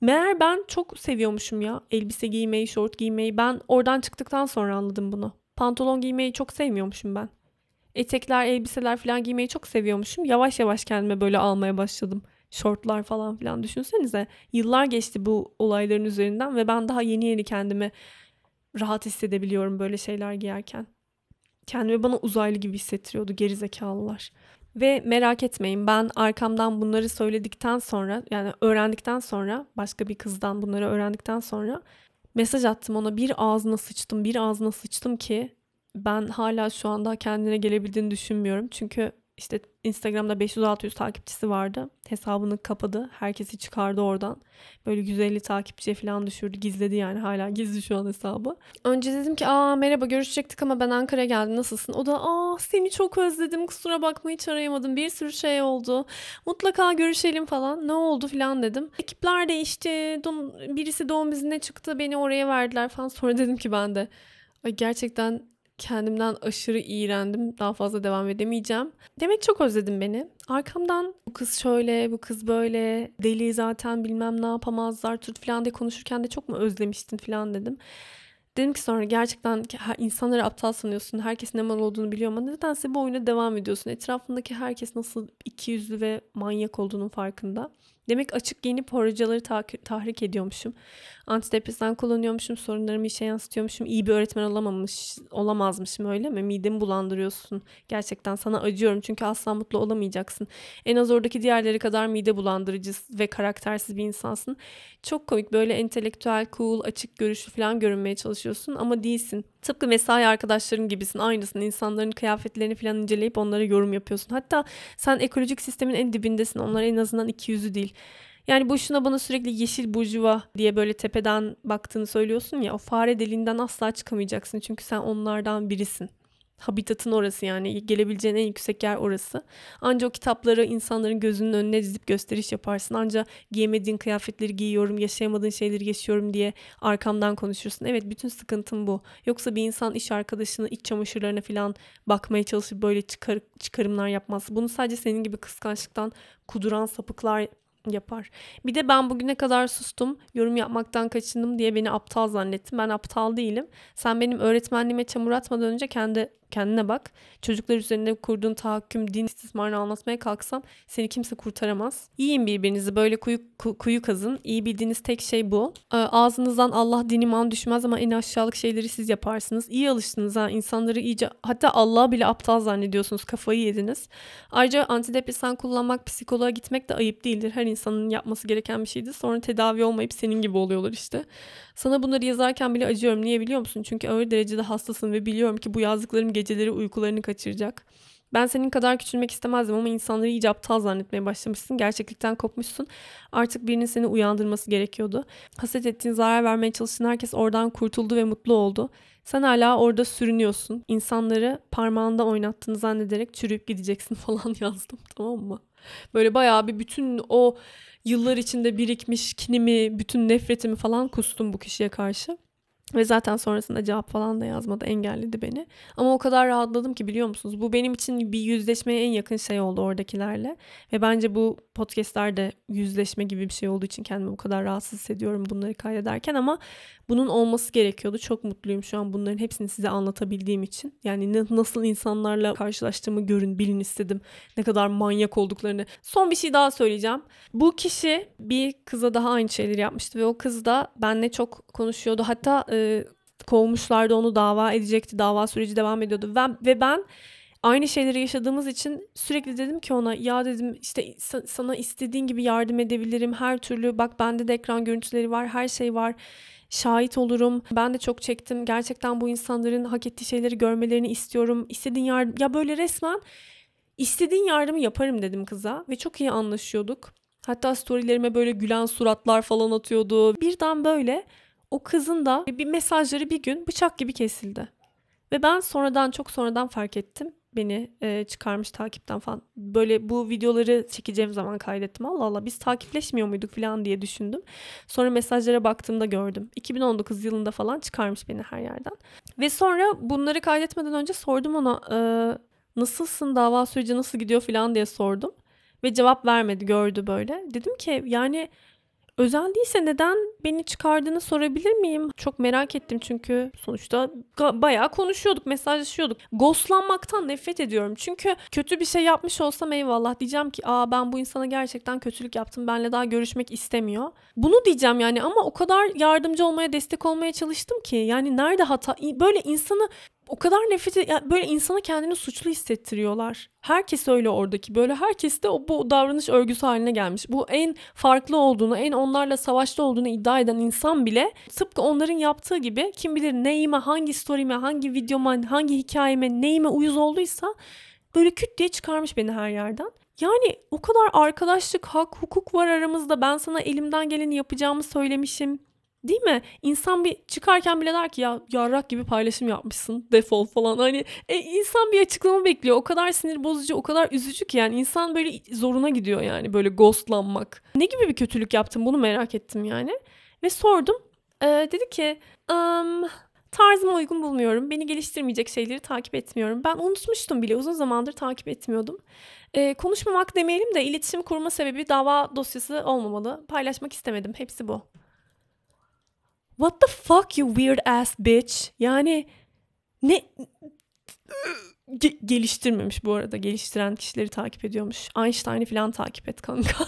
Meğer ben çok seviyormuşum ya elbise giymeyi, şort giymeyi. Ben oradan çıktıktan sonra anladım bunu. Pantolon giymeyi çok sevmiyormuşum ben. Etekler, elbiseler falan giymeyi çok seviyormuşum. Yavaş yavaş kendime böyle almaya başladım. Şortlar falan filan düşünsenize. Yıllar geçti bu olayların üzerinden ve ben daha yeni yeni kendimi rahat hissedebiliyorum böyle şeyler giyerken. Kendimi bana uzaylı gibi hissettiriyordu gerizekalılar. Ve merak etmeyin, ben arkamdan bunları söyledikten sonra, yani öğrendikten sonra, başka bir kızdan bunları öğrendikten sonra mesaj attım ona, bir ağzına sıçtım bir ağzına sıçtım ki ben hala şu anda kendine gelebildiğini düşünmüyorum. Çünkü işte Instagram'da 500-600 takipçisi vardı. Hesabını kapadı. Herkesi çıkardı oradan. Böyle 150 takipçiye falan düşürdü. Gizledi yani. Hala gizli şu an hesabı. Önce dedim ki merhaba görüşecektik ama ben Ankara'ya geldim nasılsın? O da seni çok özledim kusura bakma hiç arayamadım. Bir sürü şey oldu. Mutlaka görüşelim falan. Ne oldu falan dedim. Ekipler değişti. Birisi doğum iznine çıktı. Beni oraya verdiler falan. Sonra dedim ki ben de ay gerçekten kendimden aşırı iğrendim. Daha fazla devam edemeyeceğim. Demek çok özledim beni. Arkamdan bu kız şöyle, bu kız böyle, deli zaten bilmem ne yapamazlar tut falan diye konuşurken de çok mu özlemiştin falan dedim. Dedim ki sonra gerçekten insanları aptal sanıyorsun. Herkesin ne mal olduğunu biliyor ama nedense bu oyuna devam ediyorsun. Etrafındaki herkes nasıl ikiyüzlü ve manyak olduğunun farkında. Demek açık giyinip hocaları tahrik ediyormuşum. Antidepresan kullanıyormuşum, sorunlarımı işe yansıtıyormuşum. İyi bir öğretmen olamazmışım öyle mi? Midemi bulandırıyorsun. Gerçekten sana acıyorum çünkü asla mutlu olamayacaksın. En az oradaki diğerleri kadar mide bulandırıcı ve karaktersiz bir insansın. Çok komik böyle entelektüel, cool, açık görüşlü falan görünmeye çalışıyorsun ama değilsin. Tıpkı mesai arkadaşların gibisin. Aynısın. İnsanların kıyafetlerini falan inceleyip onlara yorum yapıyorsun. Hatta sen ekolojik sistemin en dibindesin. Onlar en azından iki yüzlü değil. Yani boşuna bana sürekli yeşil burjuva diye böyle tepeden baktığını söylüyorsun ya. O fare deliğinden asla çıkamayacaksın. Çünkü sen onlardan birisin. Habitatın orası yani. Gelebileceğin en yüksek yer orası. Anca o kitapları insanların gözünün önüne dizip gösteriş yaparsın. Anca giyemediğin kıyafetleri giyiyorum, yaşayamadığın şeyleri yaşıyorum diye arkamdan konuşursun. Evet, bütün sıkıntım bu. Yoksa bir insan iş arkadaşının iç çamaşırlarına falan bakmaya çalışıp böyle çıkarımlar yapmaz. Bunu sadece senin gibi kıskançlıktan kuduran sapıklar yapar. Bir de ben bugüne kadar sustum, yorum yapmaktan kaçındım diye beni aptal zannettim. Ben aptal değilim. Sen benim öğretmenliğime çamur atmadan önce kendine bak. Çocuklar üzerinde kurduğun tahakküm, din istismarını anlatmaya kalksam seni kimse kurtaramaz. Yiyin birbirinizi böyle kuyu kazın. İyi bildiğiniz tek şey bu. Ağzınızdan Allah din iman düşmez ama en aşağılık şeyleri siz yaparsınız. İyi alıştınız ha. İnsanları iyice hatta Allah'ı bile aptal zannediyorsunuz. Kafayı yediniz. Ayrıca antidepresan kullanmak, psikoloğa gitmek de ayıp değildir. Her insanın yapması gereken bir şeydi. Sonra tedavi olmayıp senin gibi oluyorlar işte. Sana bunları yazarken bile acıyorum. Niye biliyor musun? Çünkü ağır derecede hastasın ve biliyorum ki bu yazdıklarım geceleri uykularını kaçıracak. Ben senin kadar küçülmek istemezdim ama insanları iyice aptal zannetmeye başlamışsın. Gerçeklikten kopmuşsun. Artık birinin seni uyandırması gerekiyordu. Haset ettiğin, zarar vermeye çalıştığın herkes oradan kurtuldu ve mutlu oldu. Sen hala orada sürünüyorsun. İnsanları parmağında oynattığını zannederek çürüyüp gideceksin falan yazdım, tamam mı? Böyle bayağı bir bütün o yıllar içinde birikmiş kinimi, bütün nefretimi falan kustum bu kişiye karşı. Ve zaten sonrasında cevap falan da yazmadı, engelledi beni. Ama o kadar rahatladım ki biliyor musunuz? Bu benim için bir yüzleşmeye en yakın şey oldu oradakilerle. Ve bence bu podcastler de yüzleşme gibi bir şey olduğu için kendimi bu kadar rahatsız hissediyorum bunları kaydederken. Ama bunun olması gerekiyordu. Çok mutluyum şu an bunların hepsini size anlatabildiğim için. Yani nasıl insanlarla karşılaştığımı görün, bilin istedim. Ne kadar manyak olduklarını. Son bir şey daha söyleyeceğim. Bu kişi bir kıza daha aynı şeyleri yapmıştı ve o kız da benimle çok konuşuyordu. Hatta kovmuşlardı onu, dava edecekti. Dava süreci devam ediyordu. Ve ben aynı şeyleri yaşadığımız için sürekli dedim ki ona ya dedim işte sana istediğin gibi yardım edebilirim. Her türlü bak bende de ekran görüntüleri var, her şey var. Şahit olurum. Ben de çok çektim. Gerçekten bu insanların hak ettiği şeyleri görmelerini istiyorum. İstediğin yardım ya böyle resmen istediğin yardımı yaparım dedim kıza ve çok iyi anlaşıyorduk. Hatta storylerime böyle gülen suratlar falan atıyordu. Birden böyle o kızın da bir mesajları bir gün bıçak gibi kesildi. Ve ben çok sonradan fark ettim. Beni çıkarmış takipten falan. Böyle bu videoları çekeceğim zaman kaydettim. Allah Allah biz takipleşmiyor muyduk falan diye düşündüm. Sonra mesajlara baktığımda gördüm. 2019 yılında falan çıkarmış beni her yerden. Ve sonra bunları kaydetmeden önce sordum ona nasılsın, dava süreci nasıl gidiyor falan diye sordum. Ve cevap vermedi, gördü böyle. Dedim ki yani Özel değilse neden beni çıkardığını sorabilir miyim? Çok merak ettim çünkü sonuçta bayağı konuşuyorduk, mesajlaşıyorduk. Ghostlanmaktan nefret ediyorum. Çünkü kötü bir şey yapmış olsam eyvallah diyeceğim ki ben bu insana gerçekten kötülük yaptım. Benle daha görüşmek istemiyor. Bunu diyeceğim yani ama o kadar yardımcı olmaya, destek olmaya çalıştım ki. Yani nerede hata? Böyle insanı o kadar böyle insana kendini suçlu hissettiriyorlar. Herkes öyle oradaki. Böyle herkes de bu davranış örgüsü haline gelmiş. Bu en farklı olduğunu, en onlarla savaşta olduğunu iddia eden insan bile tıpkı onların yaptığı gibi kim bilir neyime, hangi story'ime, hangi videoma, hangi hikayeme, neyime uyuz olduysa böyle küt diye çıkarmış beni her yerden. Yani o kadar arkadaşlık, hak, hukuk var aramızda. Ben sana elimden geleni yapacağımı söylemişim. Değil mi? İnsan bir çıkarken bile der ki ya yarrak gibi paylaşım yapmışsın, defol falan. Hani insan bir açıklama bekliyor. O kadar sinir bozucu, o kadar üzücü ki yani insan böyle zoruna gidiyor yani böyle ghostlanmak. Ne gibi bir kötülük yaptım bunu merak ettim yani. Ve sordum. Dedi ki tarzıma uygun bulmuyorum. Beni geliştirmeyecek şeyleri takip etmiyorum. Ben unutmuştum bile. Uzun zamandır takip etmiyordum. Konuşmamak demeyelim de iletişim kurma sebebi dava dosyası olmamalı. Paylaşmak istemedim. Hepsi bu. What the fuck you weird ass bitch? Yani ne geliştirmemiş bu arada. Geliştiren kişileri takip ediyormuş. Einstein'ı falan takip et kanka.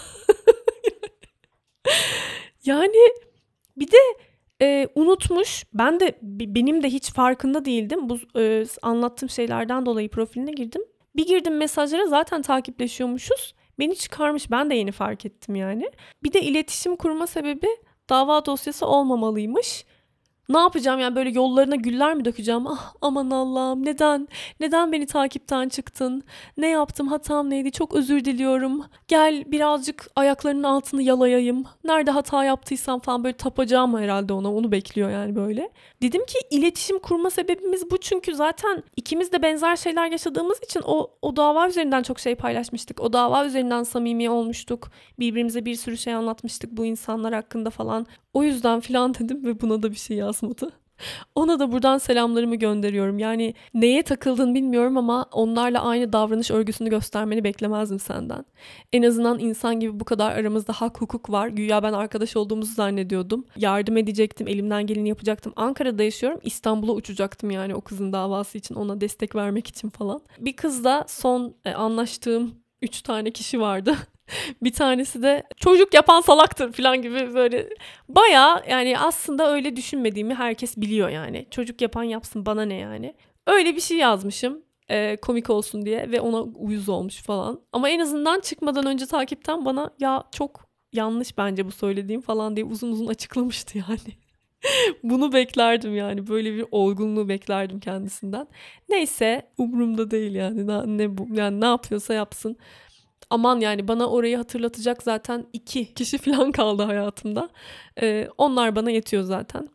Yani bir de unutmuş. Benim de hiç farkında değildim. Bu anlattığım şeylerden dolayı profiline girdim. Bir girdim mesajlara zaten takipleşiyormuşuz. Beni çıkarmış. Ben de yeni fark ettim yani. Bir de iletişim kurma sebebi dava dosyası olmamalıymış. Ne yapacağım yani böyle yollarına güller mi dökeceğim? Ah aman Allah'ım neden beni takipten çıktın? Ne yaptım, hatam neydi? Çok özür diliyorum. Gel birazcık ayaklarının altını yalayayım. Nerede hata yaptıysam falan böyle tapacağım herhalde onu bekliyor yani böyle. Dedim ki iletişim kurma sebebimiz bu çünkü zaten ikimiz de benzer şeyler yaşadığımız için o dava üzerinden çok şey paylaşmıştık. O dava üzerinden samimi olmuştuk. Birbirimize bir sürü şey anlatmıştık bu insanlar hakkında falan. O yüzden filan dedim ve buna da bir şey yazmadı. Ona da buradan selamlarımı gönderiyorum. Yani neye takıldın bilmiyorum ama onlarla aynı davranış örgüsünü göstermeni beklemezdim senden. En azından insan gibi bu kadar aramızda hak hukuk var. Güya ben arkadaş olduğumuzu zannediyordum. Yardım edecektim, elimden geleni yapacaktım. Ankara'da yaşıyorum, İstanbul'a uçacaktım yani o kızın davası için, ona destek vermek için falan. Bir kızla son anlaştığım 3 tane kişi vardı. Bir tanesi de çocuk yapan salaktır falan gibi böyle bayağı yani aslında öyle düşünmediğimi herkes biliyor yani. Çocuk yapan yapsın bana ne yani. Öyle bir şey yazmışım komik olsun diye ve ona uyuz olmuş falan. Ama en azından çıkmadan önce takipten bana ya çok yanlış bence bu söylediğim falan diye uzun uzun açıklamıştı yani. Bunu beklerdim yani böyle bir olgunluğu beklerdim kendisinden. Neyse umurumda değil yani ne bu yani ne yapıyorsa yapsın. Aman yani bana orayı hatırlatacak zaten 2 kişi falan kaldı hayatımda. Onlar bana yetiyor zaten.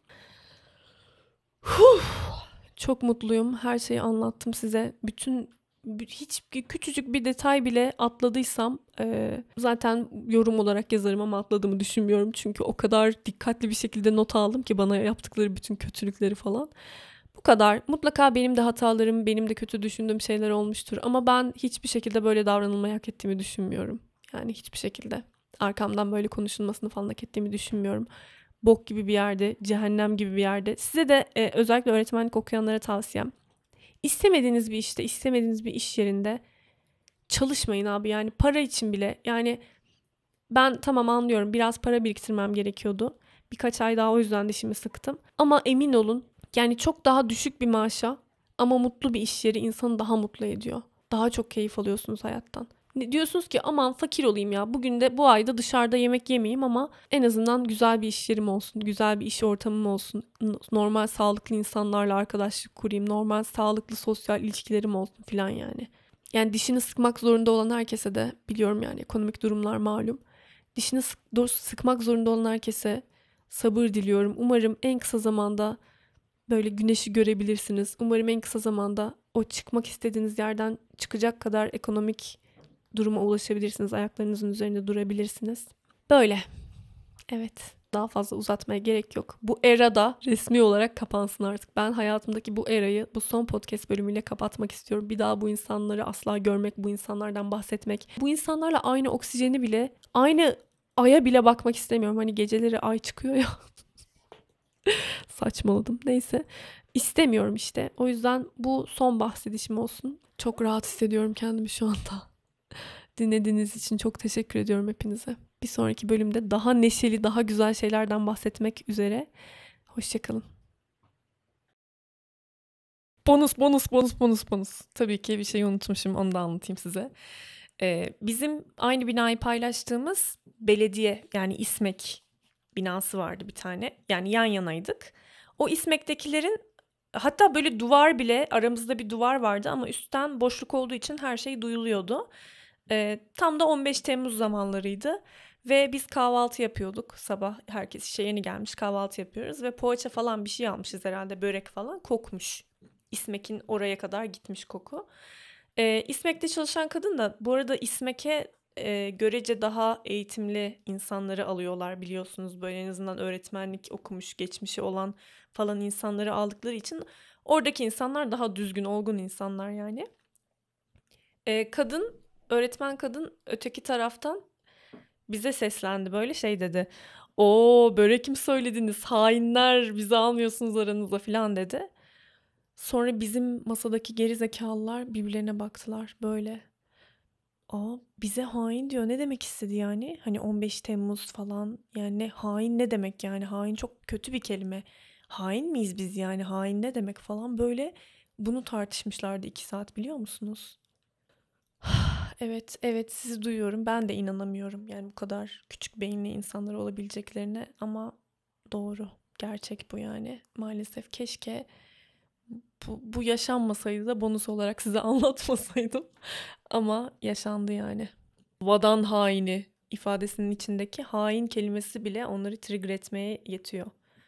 Çok mutluyum. Her şeyi anlattım size. Hiç küçücük bir detay bile atladıysam zaten yorum olarak yazarım ama atladığımı düşünmüyorum. Çünkü o kadar dikkatli bir şekilde not aldım ki bana yaptıkları bütün kötülükleri falan. Bu kadar. Mutlaka benim de hatalarım, benim de kötü düşündüğüm şeyler olmuştur. Ama ben hiçbir şekilde böyle davranılmayı hak ettiğimi düşünmüyorum. Yani hiçbir şekilde. Arkamdan böyle konuşulmasını falan hak ettiğimi düşünmüyorum. Bok gibi bir yerde, cehennem gibi bir yerde. Size de özellikle öğretmenlik okuyanlara tavsiyem. İstemediğiniz bir işte, istemediğiniz bir iş yerinde çalışmayın abi. Yani para için bile. Yani ben tamam anlıyorum biraz para biriktirmem gerekiyordu. Birkaç ay daha o yüzden dişimi sıktım. Ama emin olun yani çok daha düşük bir maaşa ama mutlu bir iş yeri insanı daha mutlu ediyor. Daha çok keyif alıyorsunuz hayattan. Diyorsunuz ki aman fakir olayım ya. Bugün de bu ayda dışarıda yemek yemeyeyim ama en azından güzel bir iş yerim olsun. Güzel bir iş ortamım olsun. Normal sağlıklı insanlarla arkadaşlık kurayım. Normal sağlıklı sosyal ilişkilerim olsun filan yani. Yani dişini sıkmak zorunda olan herkese de biliyorum yani ekonomik durumlar malum. Dişini sıkmak zorunda olan herkese sabır diliyorum. Umarım en kısa zamanda böyle güneşi görebilirsiniz. Umarım en kısa zamanda o çıkmak istediğiniz yerden çıkacak kadar ekonomik duruma ulaşabilirsiniz. Ayaklarınızın üzerinde durabilirsiniz. Böyle. Evet. Daha fazla uzatmaya gerek yok. Bu era da resmi olarak kapansın artık. Ben hayatımdaki bu erayı bu son podcast bölümüyle kapatmak istiyorum. Bir daha bu insanları asla görmek, bu insanlardan bahsetmek, bu insanlarla aynı oksijeni bile, aynı Ay'a bile bakmak istemiyorum. Hani geceleri ay çıkıyor ya. Saçmaladım. Neyse. İstemiyorum işte. O yüzden bu son bahsedişim olsun. Çok rahat hissediyorum kendimi şu anda. Dinlediğiniz için çok teşekkür ediyorum hepinize. Bir sonraki bölümde daha neşeli, daha güzel şeylerden bahsetmek üzere. Hoşçakalın. Bonus. Tabii ki bir şey unutmuşum, onu da anlatayım size. Bizim aynı binayı paylaştığımız belediye, yani İSMEK binası vardı bir tane. Yani yan yanaydık. O İSMEK'tekilerin, hatta böyle duvar bile, aramızda bir duvar vardı ama üstten boşluk olduğu için her şey duyuluyordu. Tam da 15 Temmuz zamanlarıydı ve biz kahvaltı yapıyorduk. Sabah herkes işe yeni gelmiş, kahvaltı yapıyoruz ve poğaça falan bir şey almışız herhalde, börek falan, kokmuş. İSMEK'in oraya kadar gitmiş koku. İSMEK'te çalışan kadın da bu arada İSMEK'e görece daha eğitimli insanları alıyorlar, biliyorsunuz. Böyle en azından öğretmenlik okumuş, geçmişi olan falan insanları aldıkları için oradaki insanlar daha düzgün, olgun insanlar yani. Öğretmen kadın öteki taraftan bize seslendi, böyle şey dedi. O börek kim söylediniz? Hainler, bizi almıyorsunuz aranıza falan dedi. Sonra bizim masadaki geri zekalılar birbirlerine baktılar böyle. Bize hain diyor. Ne demek istedi yani? Hani 15 Temmuz falan. Yani hain ne demek yani? Hain çok kötü bir kelime. Hain miyiz biz yani? Hain ne demek falan, böyle bunu tartışmışlardı 2 saat, biliyor musunuz? Evet, sizi duyuyorum. Ben de inanamıyorum yani bu kadar küçük beyinli insanlar olabileceklerine, ama doğru. Gerçek bu yani. Maalesef keşke bu yaşanmasaydı da bonus olarak size anlatmasaydım. Ama yaşandı yani. Vatan haini ifadesinin içindeki hain kelimesi bile onları trigger etmeye yetiyor.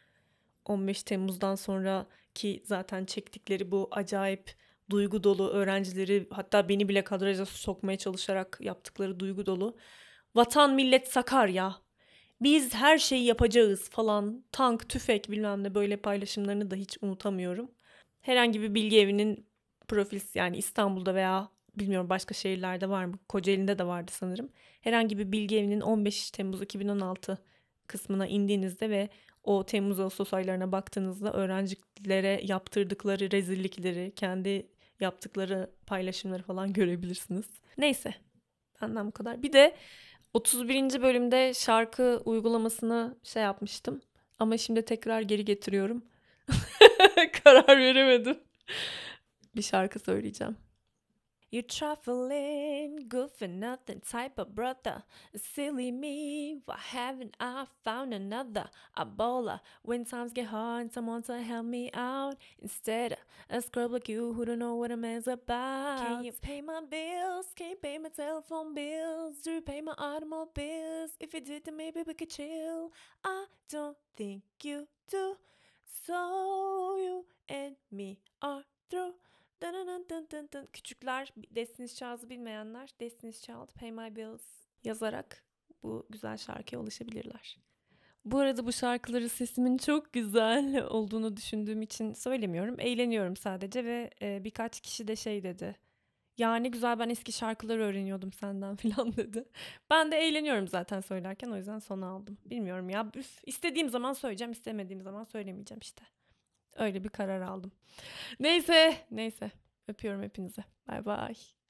15 Temmuz'dan sonraki zaten çektikleri bu acayip duygu dolu, öğrencileri, hatta beni bile kadraja sokmaya çalışarak yaptıkları duygu dolu. Vatan millet Sakarya, biz her şeyi yapacağız falan, tank, tüfek bilmem ne, böyle paylaşımlarını da hiç unutamıyorum. Herhangi bir bilgi evinin profil, yani İstanbul'da veya bilmiyorum başka şehirlerde var mı? Kocaeli'nde de vardı sanırım. Herhangi bir bilgi evinin 15 Temmuz 2016 kısmına indiğinizde ve o Temmuz-Ağustos aylarına baktığınızda öğrencilere yaptırdıkları rezillikleri, kendi yaptıkları paylaşımları falan görebilirsiniz. Neyse, benden bu kadar. Bir de 31. bölümde şarkı uygulamasını şey yapmıştım. Ama şimdi tekrar geri getiriyorum. Karar veremedim. Bir şarkı söyleyeceğim. You traveling, good for nothing type of brother. Silly me, why haven't I found another? A bowler, when times get hard, someone to help me out. Instead, a scrub like you who don't know what a man's about. Can you pay my bills? Can you pay my telephone bills? Do you pay my automobiles? If you did, then maybe we could chill. I don't think you do. So you and me are through. Dın dın dın dın dın. Küçükler, Destiny's Child'ı bilmeyenler Destiny's Child Pay My Bills yazarak bu güzel şarkıya ulaşabilirler. Bu arada bu şarkıları sesimin çok güzel olduğunu düşündüğüm için söylemiyorum. Eğleniyorum sadece ve birkaç kişi de şey dedi. Ya ne güzel, ben eski şarkıları öğreniyordum senden falan dedi. Ben de eğleniyorum zaten söylerken, o yüzden sona aldım. Bilmiyorum ya, istediğim zaman söyleyeceğim, istemediğim zaman söylemeyeceğim işte. Öyle bir karar aldım. Neyse. Öpüyorum hepinizi. Bay bay.